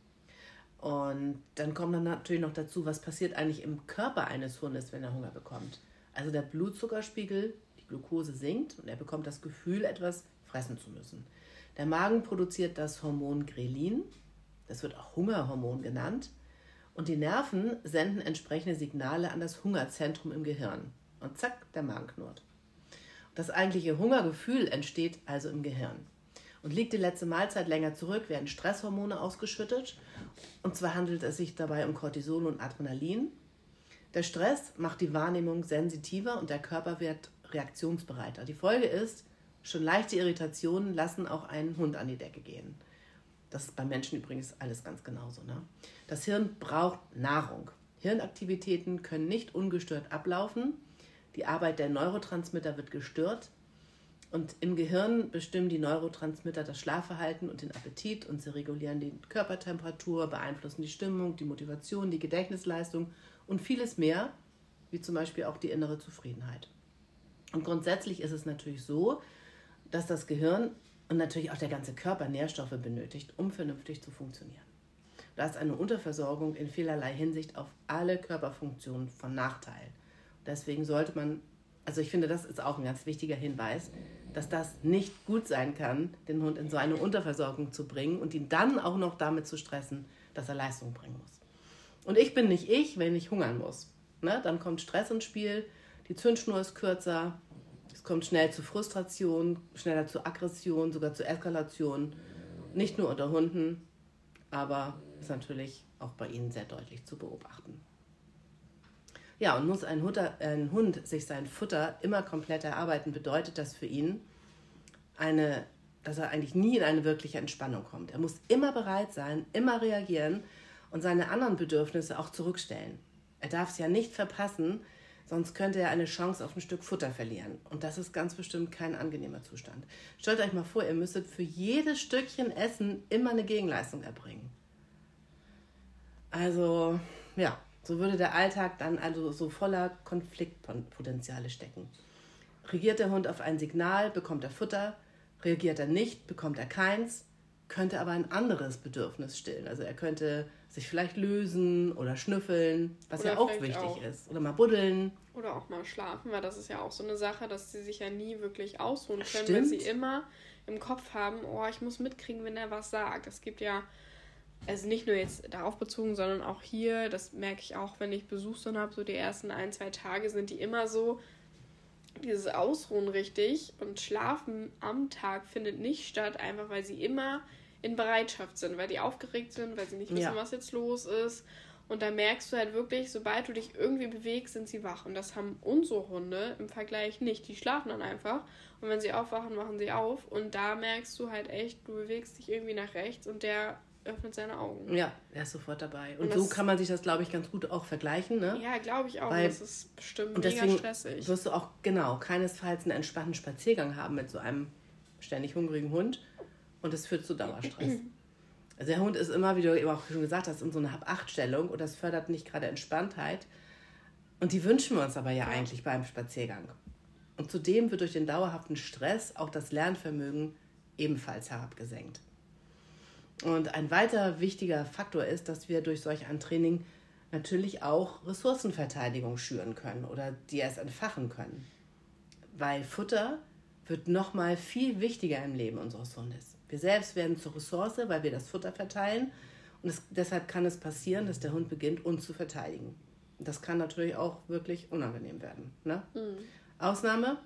Und dann kommt dann natürlich noch dazu, was passiert eigentlich im Körper eines Hundes, wenn er Hunger bekommt. Also der Blutzuckerspiegel, die Die Glucose sinkt und er bekommt das Gefühl, etwas fressen zu müssen. Der Magen produziert das Hormon Grelin, das wird auch Hungerhormon genannt, und die Nerven senden entsprechende Signale an das Hungerzentrum im Gehirn. Und zack, der Magen knurrt. Das eigentliche Hungergefühl entsteht also im Gehirn. Und liegt die letzte Mahlzeit länger zurück, werden Stresshormone ausgeschüttet. Und zwar handelt es sich dabei um Cortisol und Adrenalin. Der Stress macht die Wahrnehmung sensitiver und der Körper wird reaktionsbereiter. Die Folge ist, schon leichte Irritationen lassen auch einen Hund an die Decke gehen. Das ist beim Menschen übrigens alles ganz genauso. Ne? Das Hirn braucht Nahrung. Hirnaktivitäten können nicht ungestört ablaufen. Die Arbeit der Neurotransmitter wird gestört. Und im Gehirn bestimmen die Neurotransmitter das Schlafverhalten und den Appetit und sie regulieren die Körpertemperatur, beeinflussen die Stimmung, die Motivation, die Gedächtnisleistung und vieles mehr, wie zum Beispiel auch die innere Zufriedenheit. Und grundsätzlich ist es natürlich so, dass das Gehirn und natürlich auch der ganze Körper Nährstoffe benötigt, um vernünftig zu funktionieren. Da ist eine Unterversorgung in vielerlei Hinsicht auf alle Körperfunktionen von Nachteil. Deswegen sollte man, also ich finde, das ist auch ein ganz wichtiger Hinweis, dass das nicht gut sein kann, den Hund in so eine Unterversorgung zu bringen und ihn dann auch noch damit zu stressen, dass er Leistung bringen muss. Und ich bin nicht ich, wenn ich hungern muss. Ne? Dann kommt Stress ins Spiel, die Zündschnur ist kürzer, es kommt schnell zu Frustration, schneller zu Aggression, sogar zu Eskalation. Nicht nur unter Hunden, aber ist natürlich auch bei ihnen sehr deutlich zu beobachten. Ja, und muss ein Hund sich sein Futter immer komplett erarbeiten, bedeutet das für ihn, dass er eigentlich nie in eine wirkliche Entspannung kommt. Er muss immer bereit sein, immer reagieren und seine anderen Bedürfnisse auch zurückstellen. Er darf es ja nicht verpassen, sonst könnte er eine Chance auf ein Stück Futter verlieren. Und das ist ganz bestimmt kein angenehmer Zustand. Stellt euch mal vor, ihr müsstet für jedes Stückchen Essen immer eine Gegenleistung erbringen. Also, ja, so würde der Alltag dann also so voller Konfliktpotenziale stecken. Reagiert der Hund auf ein Signal, bekommt er Futter. Reagiert er nicht, bekommt er keins, könnte aber ein anderes Bedürfnis stillen. Also er könnte sich vielleicht lösen oder schnüffeln, was ja auch wichtig ist. Oder mal buddeln. Oder auch mal schlafen, weil das ist ja auch so eine Sache, dass sie sich ja nie wirklich ausruhen können, weil sie immer im Kopf haben, oh, ich muss mitkriegen, wenn er was sagt. Es gibt ja, also nicht nur jetzt darauf bezogen, sondern auch hier, das merke ich auch, wenn ich Besuchshunde habe, so die ersten 1-2 Tage sind die immer so, dieses Ausruhen richtig und Schlafen am Tag findet nicht statt, einfach weil sie immer in Bereitschaft sind, weil die aufgeregt sind, weil sie nicht wissen, was jetzt los ist. Und da merkst du halt wirklich, sobald du dich irgendwie bewegst, sind sie wach. Und das haben unsere Hunde im Vergleich nicht. Die schlafen dann einfach und wenn sie aufwachen, wachen sie auf. Und da merkst du halt echt, du bewegst dich irgendwie nach rechts und der öffnet seine Augen. Ja, er ist sofort dabei. Und so kann man sich das, glaube ich, ganz gut auch vergleichen. Ne? Ja, glaube ich auch. Das ist bestimmt mega stressig. Wirst du auch, keinesfalls einen entspannten Spaziergang haben mit so einem ständig hungrigen Hund. Und das führt zu Dauerstress. Also der Hund ist immer, wie du eben auch schon gesagt hast, in so einer Hab-8-Stellung und das fördert nicht gerade Entspanntheit. Und die wünschen wir uns aber ja eigentlich beim Spaziergang. Und zudem wird durch den dauerhaften Stress auch das Lernvermögen ebenfalls herabgesenkt. Und ein weiter wichtiger Faktor ist, dass wir durch solch ein Training natürlich auch Ressourcenverteidigung schüren können oder die erst entfachen können. Weil Futter wird nochmal viel wichtiger im Leben unseres Hundes. Wir selbst werden zur Ressource, weil wir das Futter verteilen. Und deshalb kann es passieren, dass der Hund beginnt, uns zu verteidigen. Und das kann natürlich auch wirklich unangenehm werden. Ne? Mhm. Ausnahme,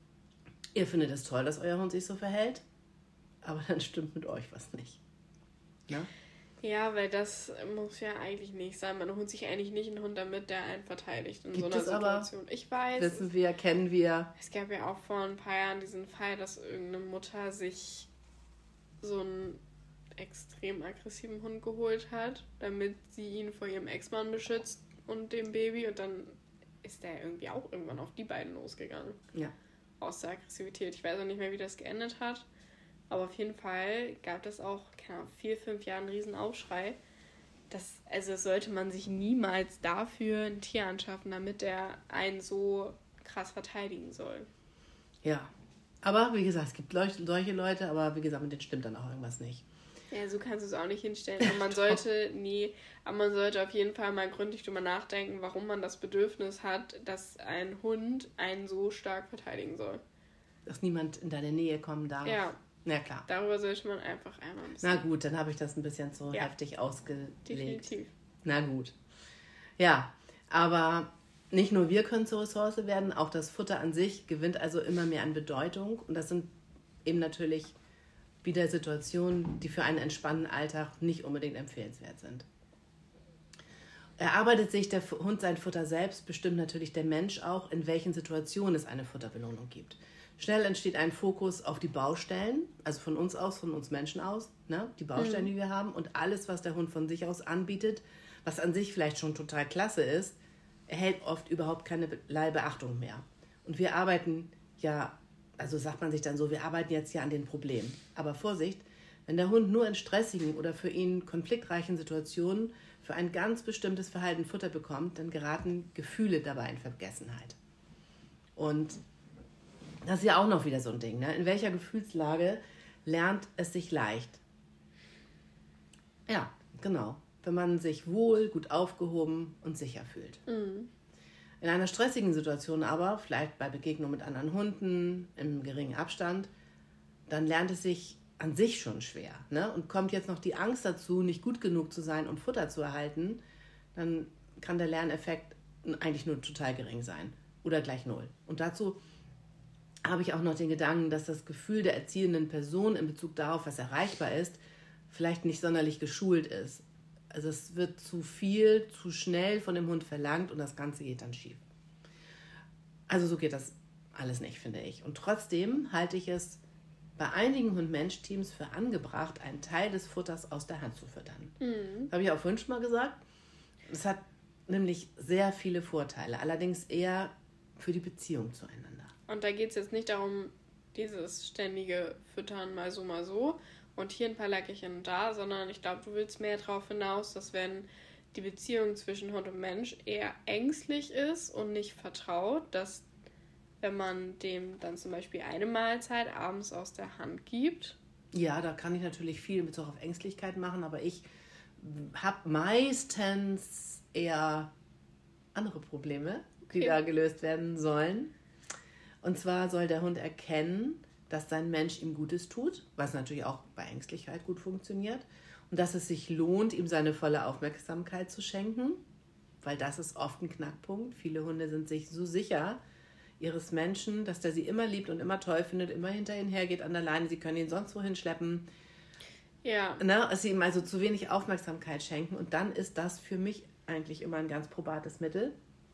ihr findet es toll, dass euer Hund sich so verhält, aber dann stimmt mit euch was nicht. Ne? Ja, weil das muss ja eigentlich nicht sein. Man holt sich eigentlich nicht einen Hund damit, der einen verteidigt in Gibt so einer Situation. Aber, ich weiß. Wissen wir, kennen wir. Es gab ja auch vor ein paar Jahren diesen Fall, dass irgendeine Mutter sich so einen extrem aggressiven Hund geholt hat, damit sie ihn vor ihrem Ex-Mann beschützt und dem Baby. Und dann ist der irgendwie auch irgendwann auf die beiden losgegangen. Ja. Aus der Aggressivität. Ich weiß auch nicht mehr, wie das geendet hat. Aber auf jeden Fall gab es auch, 4-5 Jahre einen riesen Aufschrei. Also sollte man sich niemals dafür ein Tier anschaffen, damit der einen krass verteidigen soll. Ja, aber wie gesagt, es gibt solche Leute, aber wie gesagt, mit denen stimmt dann auch irgendwas nicht. Ja, so kannst du es auch nicht hinstellen. Aber man sollte auf jeden Fall mal gründlich drüber nachdenken, warum man das Bedürfnis hat, dass ein Hund einen so stark verteidigen soll. Dass niemand in deine Nähe kommen darf. Ja, klar. Darüber sollte man einfach einmal ein bisschen... Na gut, dann habe ich das ein bisschen zu heftig ausgelegt. Definitiv. Na gut. Ja, aber nicht nur wir können zur Ressource werden, auch das Futter an sich gewinnt also immer mehr an Bedeutung. Und das sind eben natürlich wieder Situationen, die für einen entspannten Alltag nicht unbedingt empfehlenswert sind. Erarbeitet sich der Hund sein Futter selbst, bestimmt natürlich der Mensch auch, in welchen Situationen es eine Futterbelohnung gibt. Schnell entsteht ein Fokus auf die Baustellen, also von uns Menschen aus, ne? Die Baustellen, die wir haben und alles, was der Hund von sich aus anbietet, was an sich vielleicht schon total klasse ist, erhält oft überhaupt keinerlei Beachtung mehr. Und wir arbeiten ja, also sagt man sich dann so, wir arbeiten jetzt ja an den Problemen. Aber Vorsicht, wenn der Hund nur in stressigen oder für ihn konfliktreichen Situationen für ein ganz bestimmtes Verhalten Futter bekommt, dann geraten Gefühle dabei in Vergessenheit. Und das ist ja auch noch wieder so ein Ding, ne? In welcher Gefühlslage lernt es sich leicht? Ja, genau. Wenn man sich wohl, gut aufgehoben und sicher fühlt. Mhm. In einer stressigen Situation aber, vielleicht bei Begegnung mit anderen Hunden, im geringen Abstand, dann lernt es sich an sich schon schwer. Ne? Und kommt jetzt noch die Angst dazu, nicht gut genug zu sein, um Futter zu erhalten, dann kann der Lerneffekt eigentlich nur total gering sein. Oder gleich null. Und dazu habe ich auch noch den Gedanken, dass das Gefühl der erziehenden Person in Bezug darauf, was erreichbar ist, vielleicht nicht sonderlich geschult ist. Also es wird zu viel, zu schnell von dem Hund verlangt und das Ganze geht dann schief. Also so geht das alles nicht, finde ich. Und trotzdem halte ich es bei einigen Hund-Mensch-Teams für angebracht, einen Teil des Futters aus der Hand zu füttern. Das habe ich auch vorhin schon mal gesagt. Es hat nämlich sehr viele Vorteile, allerdings eher für die Beziehung zueinander. Und da geht es jetzt nicht darum, dieses ständige Füttern mal so und hier ein paar Leckerchen und da, sondern ich glaube, du willst mehr darauf hinaus, dass wenn die Beziehung zwischen Hund und Mensch eher ängstlich ist und nicht vertraut, dass wenn man dem dann zum Beispiel eine Mahlzeit abends aus der Hand gibt. Ja, da kann ich natürlich viel in Bezug auf Ängstlichkeit machen, aber ich habe meistens eher andere Probleme, die da gelöst werden sollen. Und zwar soll der Hund erkennen, dass sein Mensch ihm Gutes tut, was natürlich auch bei Ängstlichkeit gut funktioniert. Und dass es sich lohnt, ihm seine volle Aufmerksamkeit zu schenken, weil das ist oft ein Knackpunkt. Viele Hunde sind sich so sicher ihres Menschen, dass der sie immer liebt und immer toll findet, immer hinter ihnen hergeht an der Leine, sie können ihn sonst wohin schleppen. Ja. Ne? Dass sie ihm also zu wenig Aufmerksamkeit schenken und dann ist das für mich eigentlich immer ein ganz probates Mittel.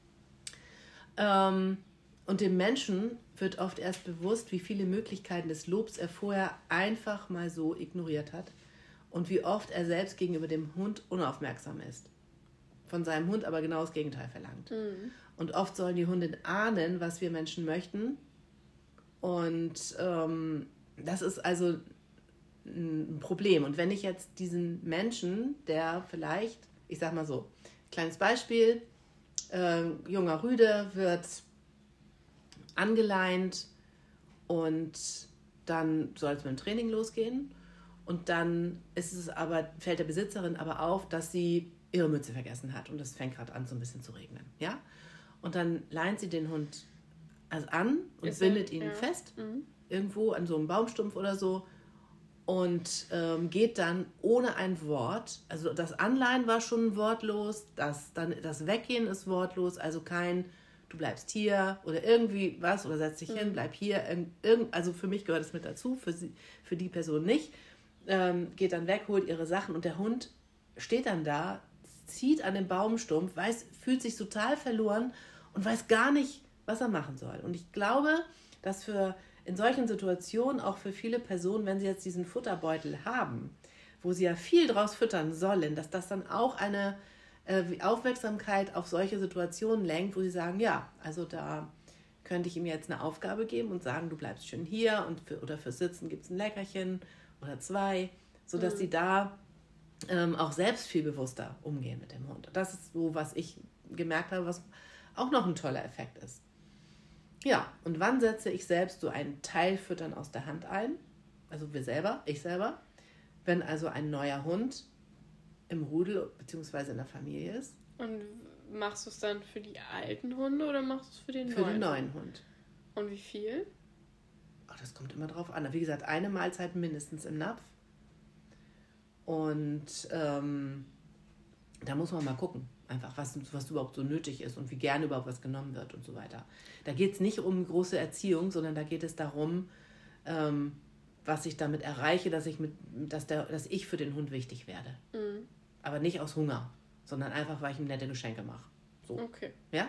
Und dem Menschen wird oft erst bewusst, wie viele Möglichkeiten des Lobs er vorher einfach mal so ignoriert hat und wie oft er selbst gegenüber dem Hund unaufmerksam ist. Von seinem Hund aber genau das Gegenteil verlangt. Mhm. Und oft sollen die Hunde ahnen, was wir Menschen möchten. Und das ist also ein Problem. Und wenn ich jetzt diesen Menschen, der vielleicht, ich sag mal so, kleines Beispiel, junger Rüde wird angeleint und dann soll es mit dem Training losgehen. Und dann fällt der Besitzerin aber auf, dass sie ihre Mütze vergessen hat und es fängt gerade an, so ein bisschen zu regnen. Ja? Und dann leint sie den Hund an und bindet ihn fest, irgendwo an so einem Baumstumpf oder so und geht dann ohne ein Wort, also das Anleihen war schon wortlos, das Weggehen ist wortlos, also kein du bleibst hier oder irgendwie was oder setz dich hin, bleib hier, also für mich gehört es mit dazu, für die Person nicht, geht dann weg, holt ihre Sachen und der Hund steht dann da, zieht an dem Baumstumpf, fühlt sich total verloren und weiß gar nicht, was er machen soll. Und ich glaube, dass in solchen Situationen auch für viele Personen, wenn sie jetzt diesen Futterbeutel haben, wo sie ja viel draus füttern sollen, dass das dann auch eine Aufmerksamkeit auf solche Situationen lenkt, wo sie sagen, ja, also da könnte ich ihm jetzt eine Aufgabe geben und sagen, du bleibst schön hier oder fürs Sitzen gibt es ein Leckerchen oder 2, sodass sie da auch selbst viel bewusster umgehen mit dem Hund. Das ist so, was ich gemerkt habe, was auch noch ein toller Effekt ist. Ja, und wann setze ich selbst so einen Teil Füttern aus der Hand ein? Also ich selber. wenn also ein neuer Hund im Rudel bzw. in der Familie ist. Und machst du es dann für die alten Hunde oder machst du es für den neuen? Für den neuen Hund. Und wie viel? Ach, das kommt immer drauf an. Wie gesagt, eine Mahlzeit mindestens im Napf. Und da muss man mal gucken, einfach was überhaupt so nötig ist und wie gerne überhaupt was genommen wird und so weiter. Da geht es nicht um große Erziehung, sondern da geht es darum, was ich damit erreiche, dass ich für den Hund wichtig werde. Mhm. Aber nicht aus Hunger, sondern einfach, weil ich ihm nette Geschenke mache. So. Okay. Ja?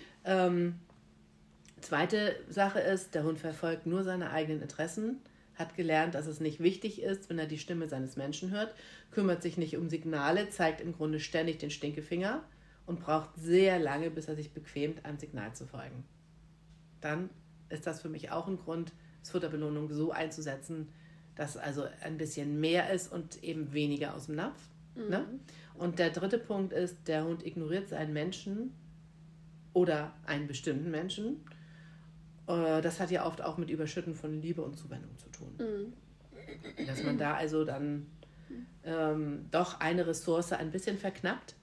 Zweite Sache ist, der Hund verfolgt nur seine eigenen Interessen, hat gelernt, dass es nicht wichtig ist, wenn er die Stimme seines Menschen hört, kümmert sich nicht um Signale, zeigt im Grunde ständig den Stinkefinger und braucht sehr lange, bis er sich bequemt, einem Signal zu folgen. Dann ist das für mich auch ein Grund, das Futterbelohnung so einzusetzen, dass also ein bisschen mehr ist und eben weniger aus dem Napf. Mhm. Ne? Und der dritte Punkt ist, der Hund ignoriert seinen Menschen oder einen bestimmten Menschen. Das hat ja oft auch mit Überschütten von Liebe und Zuwendung zu tun. Mhm. Dass man da also dann doch eine Ressource ein bisschen verknappt,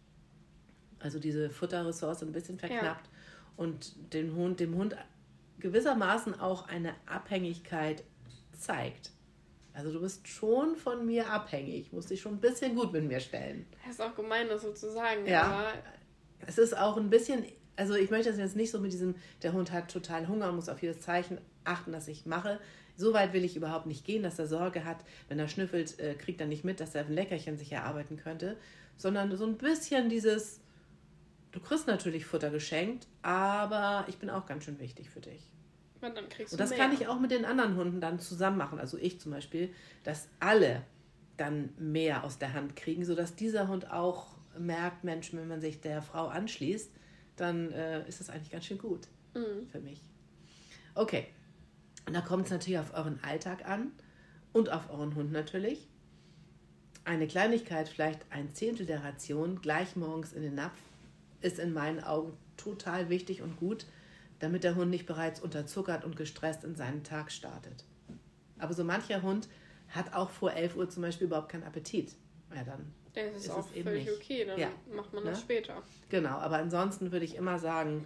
also diese Futterressource ein bisschen verknappt und dem Hund gewissermaßen auch eine Abhängigkeit zeigt. Also du bist schon von mir abhängig, musst dich schon ein bisschen gut mit mir stellen. Das ist auch gemein, das so zu sagen. Ja, aber es ist auch ein bisschen, also ich möchte das jetzt nicht so mit diesem, der Hund hat total Hunger und muss auf jedes Zeichen achten, das ich mache. So weit will ich überhaupt nicht gehen, dass er Sorge hat, wenn er schnüffelt, kriegt er nicht mit, dass er ein Leckerchen sich erarbeiten könnte, sondern so ein bisschen dieses, du kriegst natürlich Futter geschenkt, aber ich bin auch ganz schön wichtig für dich. Und dann kriegst du Und das mehr. kann ich auch mit den anderen Hunden dann zusammen machen, also ich zum Beispiel, dass alle dann mehr aus der Hand kriegen, sodass dieser Hund auch merkt, Mensch, wenn man sich der Frau anschließt, dann ist das eigentlich ganz schön gut für mich. Okay, und da kommt es natürlich auf euren Alltag an und auf euren Hund natürlich. Eine Kleinigkeit, vielleicht ein Zehntel der Ration, gleich morgens in den Napf, ist in meinen Augen total wichtig und gut, damit der Hund nicht bereits unterzuckert und gestresst in seinen Tag startet. Aber so mancher Hund hat auch vor 11 Uhr zum Beispiel überhaupt keinen Appetit. Ja, dann Das ist auch es eben völlig nicht. okay, dann macht man das später. Genau, aber ansonsten würde ich immer sagen,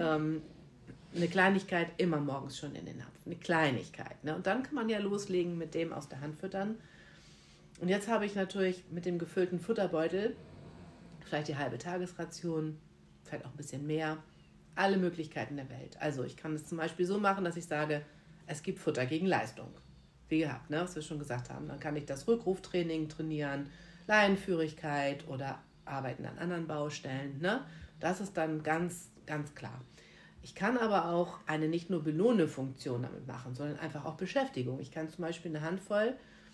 eine Kleinigkeit immer morgens schon in den Napf. Eine Kleinigkeit. Ne? Und dann kann man ja loslegen mit dem aus der Hand füttern. Und jetzt habe ich natürlich mit dem gefüllten Futterbeutel vielleicht die halbe Tagesration, vielleicht auch ein bisschen mehr, alle Möglichkeiten der Welt. Also ich kann es zum Beispiel so machen, dass ich sage, es gibt Futter gegen Leistung. Wie gehabt, ne? Was wir schon gesagt haben. Dann kann ich das Rückruftraining trainieren, Leinenführigkeit oder Arbeiten an anderen Baustellen. Ne? Das ist dann ganz, ganz klar. Ich kann aber auch eine nicht nur Belohne-Funktion damit machen, sondern einfach auch Beschäftigung. Ich kann zum Beispiel eine Handvoll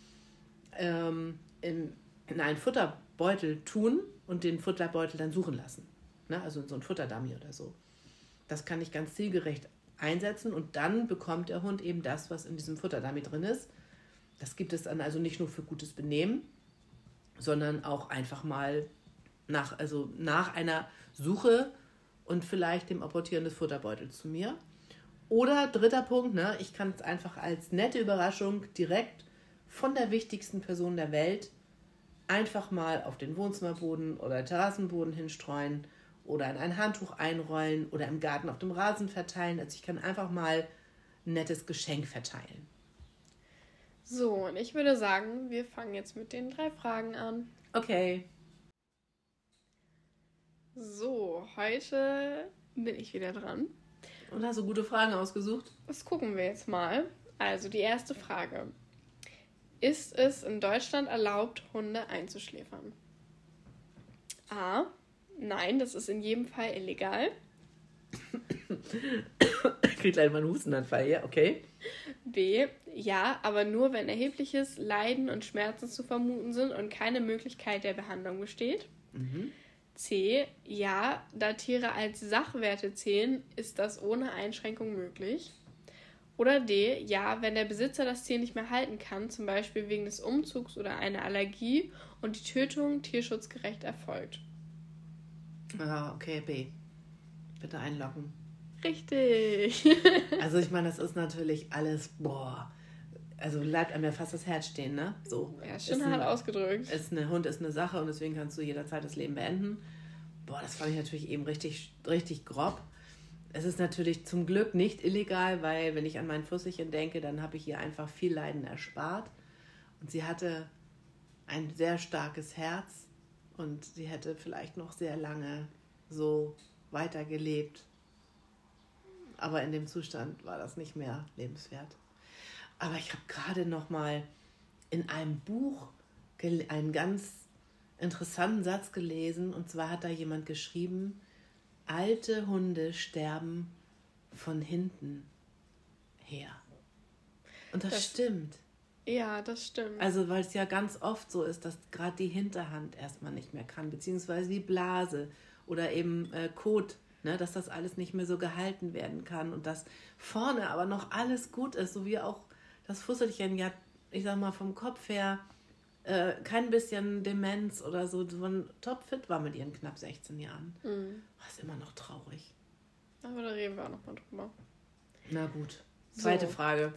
in einen Futterbeutel tun und den Futterbeutel dann suchen lassen. Ne? Also in so einen Futterdummy oder so. Das kann ich ganz zielgerecht einsetzen und dann bekommt der Hund eben das, was in diesem Futterdummy drin ist. Das gibt es dann also nicht nur für gutes Benehmen, sondern auch einfach mal nach einer Suche und vielleicht dem Apportieren des Futterbeutels zu mir. Oder dritter Punkt, ne, ich kann es einfach als nette Überraschung direkt von der wichtigsten Person der Welt einfach mal auf den Wohnzimmerboden oder Terrassenboden hinstreuen oder in ein Handtuch einrollen oder im Garten auf dem Rasen verteilen. Also ich kann einfach mal ein nettes Geschenk verteilen. So, und ich würde sagen, wir fangen jetzt mit den 3 Fragen an. Okay. So, heute bin ich wieder dran. Und hast du gute Fragen ausgesucht? Das gucken wir jetzt mal. Also die erste Frage. Ist es in Deutschland erlaubt, Hunde einzuschläfern? A. Nein, das ist in jedem Fall illegal. Ich krieg gleich mal einen Hustenanfall, ja, okay. B. Ja, aber nur, wenn erhebliches Leiden und Schmerzen zu vermuten sind und keine Möglichkeit der Behandlung besteht. C. Ja, da Tiere als Sachwerte zählen, ist das ohne Einschränkung möglich. Oder D. Ja, wenn der Besitzer das Tier nicht mehr halten kann, zum Beispiel wegen des Umzugs oder einer Allergie und die Tötung tierschutzgerecht erfolgt. Ah, okay, B. Bitte einloggen. Richtig. Also ich meine, das ist natürlich alles, also bleibt einem ja fast das Herz stehen, ne? So. Ja, ist schon hart ausgedrückt. Hund ist eine Sache und deswegen kannst du jederzeit das Leben beenden. Boah, das fand ich natürlich eben richtig, richtig grob. Es ist natürlich zum Glück nicht illegal, weil wenn ich an mein Fusselchen denke, dann habe ich ihr einfach viel Leiden erspart. Und sie hatte ein sehr starkes Herz und sie hätte vielleicht noch sehr lange so weitergelebt. Aber in dem Zustand war das nicht mehr lebenswert. Aber ich habe gerade noch mal in einem Buch einen ganz interessanten Satz gelesen. Und zwar hat da jemand geschrieben, alte Hunde sterben von hinten her. Und das stimmt. Ja, das stimmt. Also weil es ja ganz oft so ist, dass gerade die Hinterhand erstmal nicht mehr kann, beziehungsweise die Blase oder eben Kot, ne, dass das alles nicht mehr so gehalten werden kann und dass vorne aber noch alles gut ist, so wie auch das Fusselchen ja, ich sag mal, vom Kopf her kein bisschen Demenz oder so topfit war mit ihren knapp 16 Jahren. Das ist immer noch traurig. Aber da reden wir auch noch mal drüber. Na gut. Zweite Frage.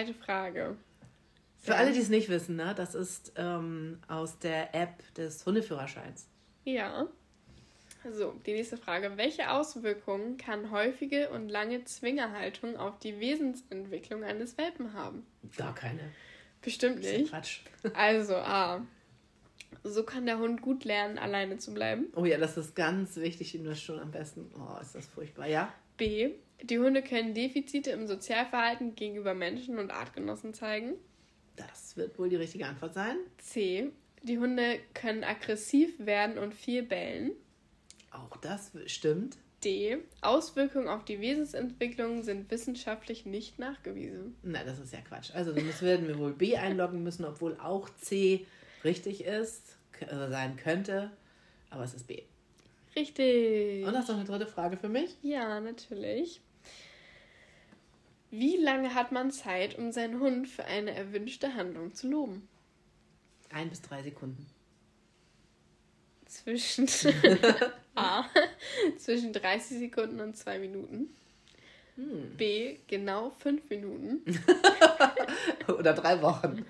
Für alle, die es nicht wissen, ne, das ist aus der App des Hundeführerscheins. Ja. So, die nächste Frage. Welche Auswirkungen kann häufige und lange Zwingerhaltung auf die Wesensentwicklung eines Welpen haben? Gar keine. Bestimmt nicht. Das ist ja Quatsch. Also A. So kann der Hund gut lernen, alleine zu bleiben. Oh ja, das ist ganz wichtig, ihm das schon am besten. Oh, ist das furchtbar, ja? B. Die Hunde können Defizite im Sozialverhalten gegenüber Menschen und Artgenossen zeigen. Das wird wohl die richtige Antwort sein. C. Die Hunde können aggressiv werden und viel bellen. Auch das stimmt. D. Auswirkungen auf die Wesensentwicklung sind wissenschaftlich nicht nachgewiesen. Na, das ist ja Quatsch. Also das werden wir wohl B einloggen müssen, obwohl auch C richtig ist, sein könnte. Aber es ist B. Richtig. Und hast du noch eine dritte Frage für mich? Ja, natürlich. Wie lange hat man Zeit, um seinen Hund für eine erwünschte Handlung zu loben? 1 bis 3 Sekunden. Zwischen A. Zwischen 30 Sekunden und 2 Minuten. B. Genau 5 Minuten. Oder 3 Wochen.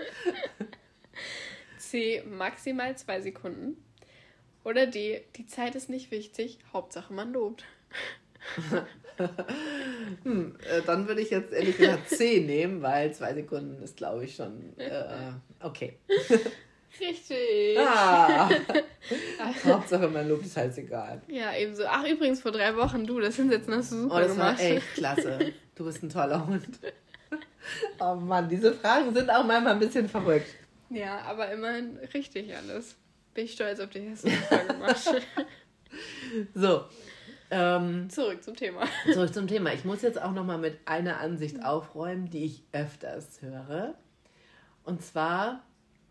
C. Maximal 2 Sekunden. Oder D. Die Zeit ist nicht wichtig, Hauptsache man lobt. Dann würde ich jetzt ehrlich gesagt C nehmen, weil 2 Sekunden ist, glaube ich, schon okay. Richtig. Hauptsache man lobt, ist halt egal. Ja, ebenso. Ach, übrigens, vor 3 Wochen, das Hinsetzen hast du super das gemacht. War echt klasse. Du bist ein toller Hund. Oh Mann, diese Fragen sind auch manchmal ein bisschen verrückt. Ja, aber immerhin richtig alles. Bin ich stolz auf dich, hast du super gemacht. So. Zurück zum Thema. Ich muss jetzt auch nochmal mit einer Ansicht aufräumen, die ich öfters höre. Und zwar,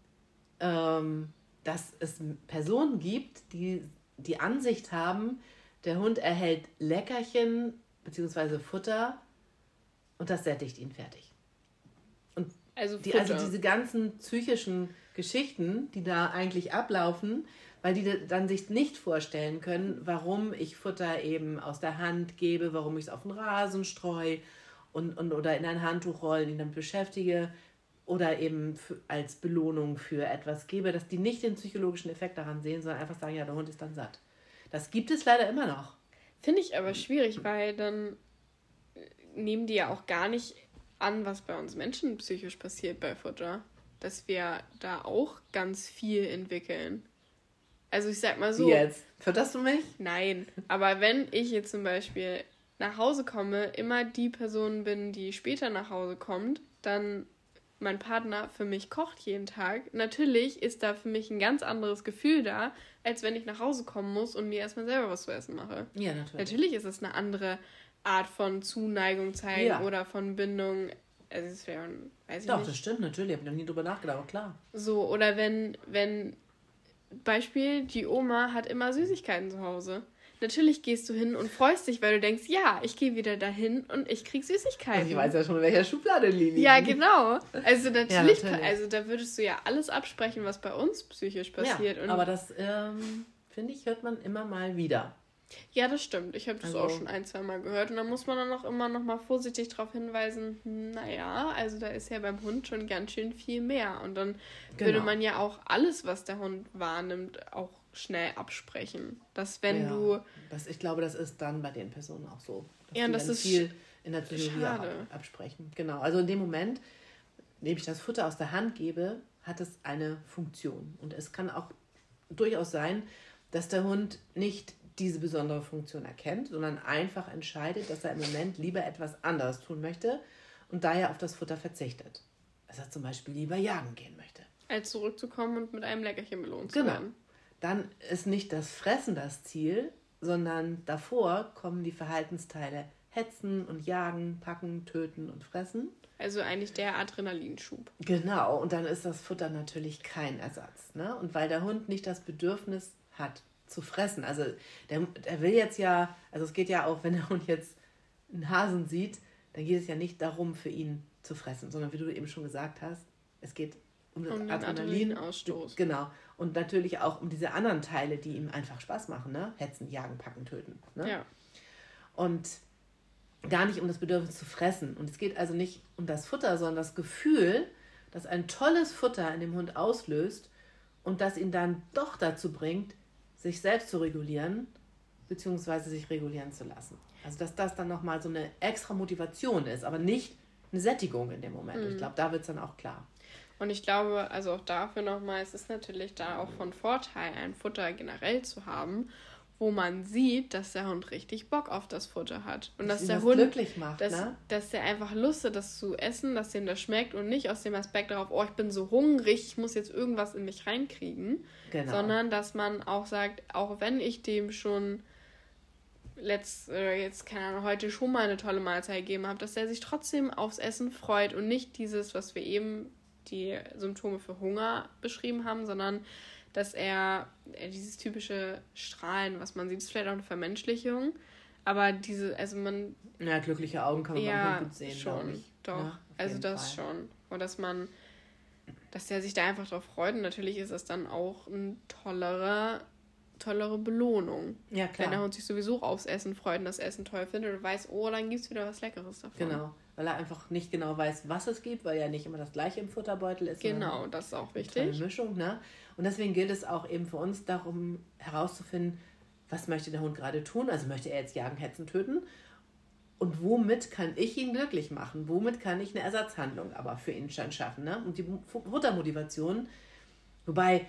dass es Personen gibt, die die Ansicht haben, der Hund erhält Leckerchen bzw. Futter und das sättigt ihn fertig. Und also diese ganzen psychischen Geschichten, die da eigentlich ablaufen, weil die dann sich nicht vorstellen können, warum ich Futter eben aus der Hand gebe, warum ich es auf den Rasen streue oder in ein Handtuch rollen, ihn damit beschäftige oder eben als Belohnung für etwas gebe, dass die nicht den psychologischen Effekt daran sehen, sondern einfach sagen, ja, der Hund ist dann satt. Das gibt es leider immer noch. Finde ich aber schwierig, weil dann nehmen die ja auch gar nicht an, was bei uns Menschen psychisch passiert bei Futter. Dass wir da auch ganz viel entwickeln. Also ich sag mal so. Wie jetzt? Fütterst du mich? Nein, aber wenn ich jetzt zum Beispiel nach Hause komme, immer die Person bin, die später nach Hause kommt, dann mein Partner für mich kocht jeden Tag. Natürlich ist da für mich ein ganz anderes Gefühl da, als wenn ich nach Hause kommen muss und mir erstmal selber was zu essen mache. Ja, natürlich. Natürlich ist es eine andere Art von Zuneigung zeigen oder von Bindung. Also es wäre, weiß ich nicht. Doch, das stimmt, natürlich. Ich habe noch nie drüber nachgedacht, aber klar. So, oder wenn Beispiel, die Oma hat immer Süßigkeiten zu Hause. Natürlich gehst du hin und freust dich, weil du denkst, ja, ich gehe wieder dahin und ich krieg Süßigkeiten. Also ich weiß ja schon, in welcher Schublade die liegen. Ja, genau. Also natürlich, ja, also da würdest du ja alles absprechen, was bei uns psychisch passiert. Ja, aber das, finde ich, hört man immer mal wieder. Ja, das stimmt. Ich habe das auch schon 1-2 Mal gehört. Und da muss man dann auch immer noch mal vorsichtig darauf hinweisen, naja, also da ist ja beim Hund schon ganz schön viel mehr. Und dann würde man ja auch alles, was der Hund wahrnimmt, auch schnell absprechen. Dass wenn du... Ich glaube, das ist dann bei den Personen auch so. Dass das ist viel in der Psychologie absprechen. Genau, also in dem Moment, in dem ich das Futter aus der Hand gebe, hat es eine Funktion. Und es kann auch durchaus sein, dass der Hund nicht diese besondere Funktion erkennt, sondern einfach entscheidet, dass er im Moment lieber etwas anderes tun möchte und daher auf das Futter verzichtet. Dass er zum Beispiel lieber jagen gehen möchte. Als zurückzukommen und mit einem Leckerchen belohnt zu werden. Dann ist nicht das Fressen das Ziel, sondern davor kommen die Verhaltensteile Hetzen und Jagen, Packen, Töten und Fressen. Also eigentlich der Adrenalinschub. Genau, und dann ist das Futter natürlich kein Ersatz. Ne? Und weil der Hund nicht das Bedürfnis hat, zu fressen. Also der will jetzt ja, also es geht ja auch, wenn der Hund jetzt einen Hasen sieht, dann geht es ja nicht darum, für ihn zu fressen, sondern wie du eben schon gesagt hast, es geht um den Adrenalinausstoß. Genau. Und natürlich auch um diese anderen Teile, die ihm einfach Spaß machen. Ne? Hetzen, jagen, packen, töten. Ne? Ja. Und gar nicht um das Bedürfnis zu fressen. Und es geht also nicht um das Futter, sondern das Gefühl, das ein tolles Futter in dem Hund auslöst und das ihn dann doch dazu bringt, sich selbst zu regulieren, beziehungsweise sich regulieren zu lassen. Also dass das dann nochmal so eine extra Motivation ist, aber nicht eine Sättigung in dem Moment. Ich glaube, da wird es dann auch klar. Und ich glaube, also auch dafür nochmal, es ist natürlich da auch von Vorteil, ein Futter generell zu haben, wo man sieht, dass der Hund richtig Bock auf das Futter hat. Und dass der Hund glücklich macht, dass der einfach Lust hat, das zu essen, dass dem das schmeckt und nicht aus dem Aspekt darauf, oh, ich bin so hungrig, ich muss jetzt irgendwas in mich reinkriegen. Genau. Sondern dass man auch sagt, auch wenn ich dem schon keine Ahnung, heute schon mal eine tolle Mahlzeit gegeben habe, dass der sich trotzdem aufs Essen freut und nicht dieses, was wir eben die Symptome für Hunger beschrieben haben, sondern dass er dieses typische Strahlen, was man sieht, ist vielleicht auch eine Vermenschlichung, aber glückliche Augen kann man beim Hund gut sehen, schon, doch, ja, also das Fall. Schon. Und dass der sich da einfach drauf freut und natürlich ist das dann auch eine tollere Belohnung. Ja, klar. Wenn der Hund sich sowieso aufs Essen freut und das Essen toll findet und weiß, oh, dann gibt es wieder was Leckeres davon. Genau, weil er einfach nicht genau weiß, was es gibt, weil ja nicht immer das Gleiche im Futterbeutel ist. Genau, das ist auch wichtig. Eine Mischung, ne? Und deswegen gilt es auch eben für uns darum herauszufinden, was möchte der Hund gerade tun? Also möchte er jetzt jagen, hetzen, töten? Und womit kann ich ihn glücklich machen? Womit kann ich eine Ersatzhandlung aber für ihn schon schaffen? Ne? Und die Futtermotivation, wobei,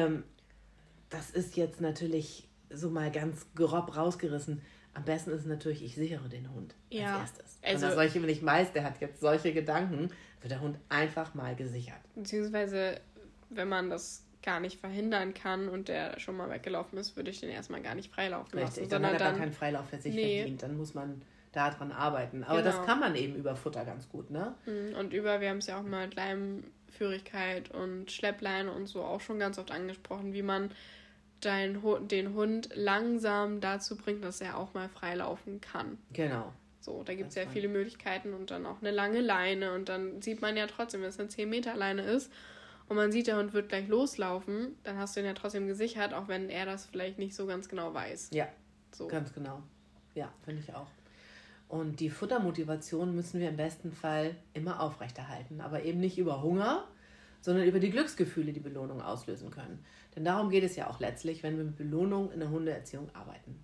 das ist jetzt natürlich so mal ganz grob rausgerissen. Am besten ist es natürlich, ich sichere den Hund als erstes. Also, wenn ich weiß, der hat jetzt solche Gedanken, wird der Hund einfach mal gesichert. Beziehungsweise, wenn man das gar nicht verhindern kann und der schon mal weggelaufen ist, würde ich den erstmal gar nicht freilaufen lassen. Richtig, dann hat er gar keinen Freilauf für sich verdient. Dann muss man daran arbeiten. Aber das kann man eben über Futter ganz gut, ne? Und wir haben es ja auch mal mit Leimführigkeit und Schleppleine und so auch schon ganz oft angesprochen, wie man den Hund langsam dazu bringt, dass er auch mal freilaufen kann. Genau. So, da gibt es ja viele Möglichkeiten und dann auch eine lange Leine und dann sieht man ja trotzdem, wenn es eine 10-Meter-Leine ist und man sieht, der Hund wird gleich loslaufen, dann hast du ihn ja trotzdem gesichert, auch wenn er das vielleicht nicht so ganz genau weiß. Ja, so. Ganz genau. Ja, finde ich auch. Und die Futtermotivation müssen wir im besten Fall immer aufrechterhalten, aber eben nicht über Hunger, sondern über die Glücksgefühle, die Belohnung auslösen können. Denn darum geht es ja auch letztlich, wenn wir mit Belohnung in der Hundeerziehung arbeiten.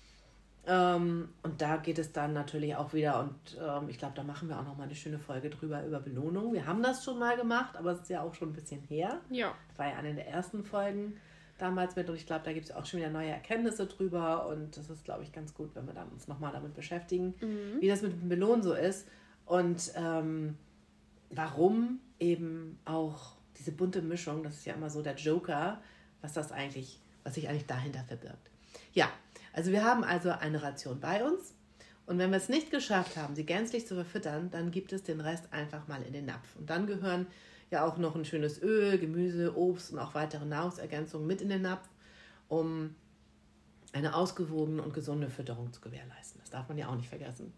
Und da geht es dann natürlich auch wieder, und ich glaube, da machen wir auch nochmal eine schöne Folge drüber, über Belohnung. Wir haben das schon mal gemacht, aber es ist ja auch schon ein bisschen her. Ja. Das war ja eine der ersten Folgen damals mit und ich glaube, da gibt es auch schon wieder neue Erkenntnisse drüber und das ist, glaube ich, ganz gut, wenn wir dann uns nochmal damit beschäftigen, wie das mit dem Belohnen so ist und warum eben auch diese bunte Mischung, das ist ja immer so der Joker, was sich eigentlich dahinter verbirgt. Ja, also wir haben also eine Ration bei uns und wenn wir es nicht geschafft haben, sie gänzlich zu verfüttern, dann gibt es den Rest einfach mal in den Napf. Und dann gehören ja auch noch ein schönes Öl, Gemüse, Obst und auch weitere Nahrungsergänzungen mit in den Napf, um eine ausgewogene und gesunde Fütterung zu gewährleisten. Das darf man ja auch nicht vergessen.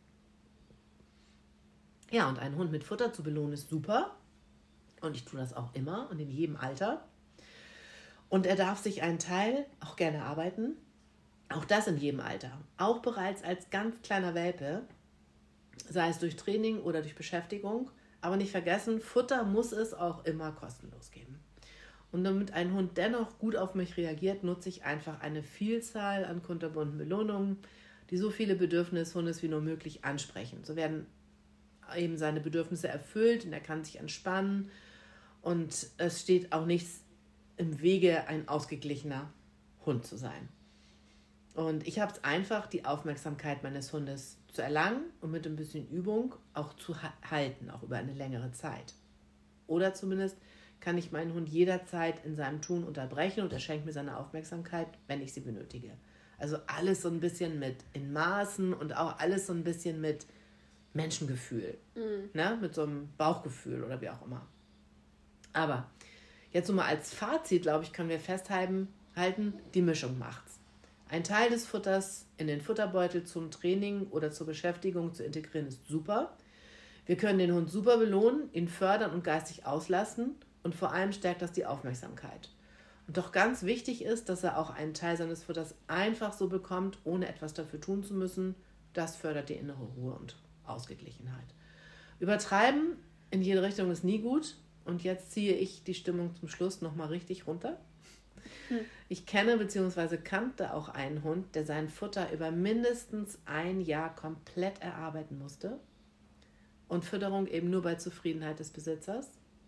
Ja, und einen Hund mit Futter zu belohnen ist super. Und ich tue das auch immer und in jedem Alter. Und er darf sich einen Teil auch gerne arbeiten. Auch das in jedem Alter. Auch bereits als ganz kleiner Welpe, sei es durch Training oder durch Beschäftigung. Aber nicht vergessen, Futter muss es auch immer kostenlos geben. Und damit ein Hund dennoch gut auf mich reagiert, nutze ich einfach eine Vielzahl an kunterbunten Belohnungen, die so viele Bedürfnishundes wie nur möglich ansprechen. So werden eben seine Bedürfnisse erfüllt und er kann sich entspannen. Und es steht auch nichts im Wege, ein ausgeglichener Hund zu sein. Und ich habe es einfach, die Aufmerksamkeit meines Hundes zu erlangen und mit ein bisschen Übung auch zu halten, auch über eine längere Zeit. Oder zumindest kann ich meinen Hund jederzeit in seinem Tun unterbrechen und er schenkt mir seine Aufmerksamkeit, wenn ich sie benötige. Also alles so ein bisschen mit in Maßen und auch alles so ein bisschen mit Menschengefühl, ne? Mit so einem Bauchgefühl oder wie auch immer. Aber jetzt so mal als Fazit, glaube ich, können wir festhalten, die Mischung macht's. Ein Teil des Futters in den Futterbeutel zum Training oder zur Beschäftigung zu integrieren ist super. Wir können den Hund super belohnen, ihn fördern und geistig auslasten und vor allem stärkt das die Aufmerksamkeit. Und doch ganz wichtig ist, dass er auch einen Teil seines Futters einfach so bekommt, ohne etwas dafür tun zu müssen. Das fördert die innere Ruhe und Ausgeglichenheit. Übertreiben in jede Richtung ist nie gut. Und jetzt ziehe ich die Stimmung zum Schluss nochmal richtig runter. Ich kenne bzw. kannte auch einen Hund, der sein Futter über mindestens ein Jahr komplett erarbeiten musste. Und Fütterung eben nur bei Zufriedenheit des Besitzers.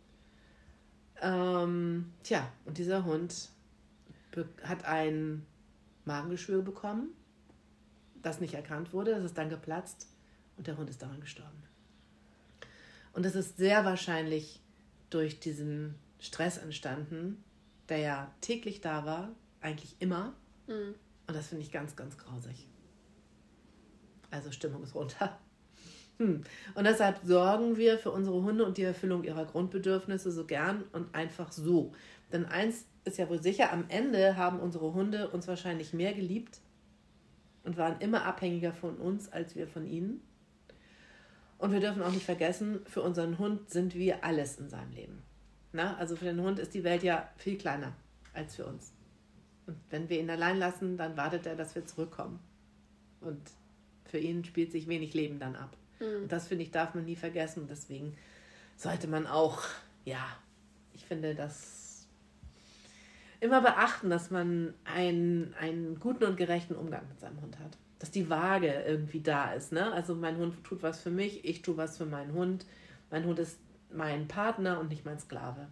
Und dieser Hund hat ein Magengeschwür bekommen, das nicht erkannt wurde. Das ist dann geplatzt und der Hund ist daran gestorben. Und es ist sehr wahrscheinlich durch diesen Stress entstanden, der ja täglich da war, eigentlich immer. Und das finde ich ganz, ganz grausig. Also Stimmung ist runter. Und deshalb sorgen wir für unsere Hunde und die Erfüllung ihrer Grundbedürfnisse so gern und einfach so. Denn eins ist ja wohl sicher, am Ende haben unsere Hunde uns wahrscheinlich mehr geliebt und waren immer abhängiger von uns, als wir von ihnen. Und wir dürfen auch nicht vergessen, für unseren Hund sind wir alles in seinem Leben. Na, also für den Hund ist die Welt ja viel kleiner als für uns. Und wenn wir ihn allein lassen, dann wartet er, dass wir zurückkommen. Und für ihn spielt sich wenig Leben dann ab. Und das, finde ich, darf man nie vergessen. Deswegen sollte man auch, ich finde, das immer beachten, dass man einen guten und gerechten Umgang mit seinem Hund hat. Dass die Waage irgendwie da ist. Ne? Also mein Hund tut was für mich, ich tue was für meinen Hund. Mein Hund ist mein Partner und nicht mein Sklave.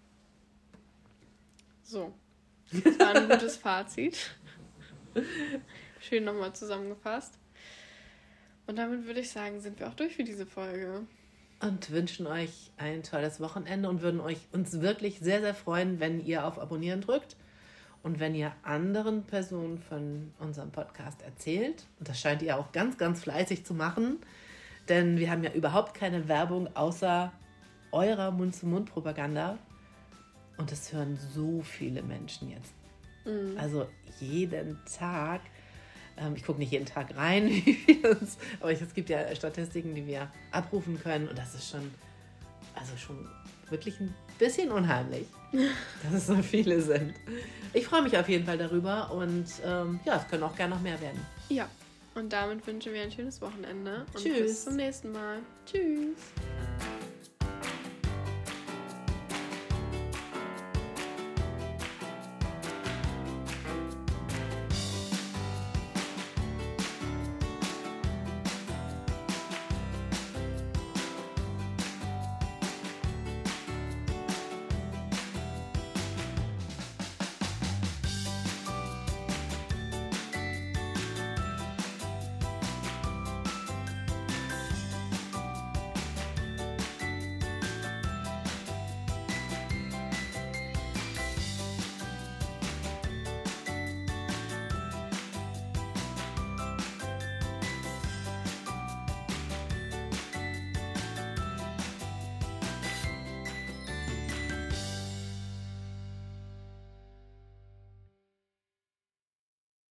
So, das war ein gutes Fazit. Schön nochmal zusammengefasst. Und damit würde ich sagen, sind wir auch durch für diese Folge. Und wünschen euch ein tolles Wochenende und würden uns wirklich sehr, sehr freuen, wenn ihr auf Abonnieren drückt und wenn ihr anderen Personen von unserem Podcast erzählt. Und das scheint ihr auch ganz, ganz fleißig zu machen, denn wir haben ja überhaupt keine Werbung außer eurer Mund-zu-Mund-Propaganda. Und das hören so viele Menschen jetzt. Also jeden Tag. Ich gucke nicht jeden Tag rein, aber es gibt ja Statistiken, die wir abrufen können. Und das ist schon wirklich ein bisschen unheimlich, dass es so viele sind. Ich freue mich auf jeden Fall darüber und es können auch gerne noch mehr werden. Ja, und damit wünschen wir ein schönes Wochenende. Und Tschüss. Bis zum nächsten Mal. Tschüss.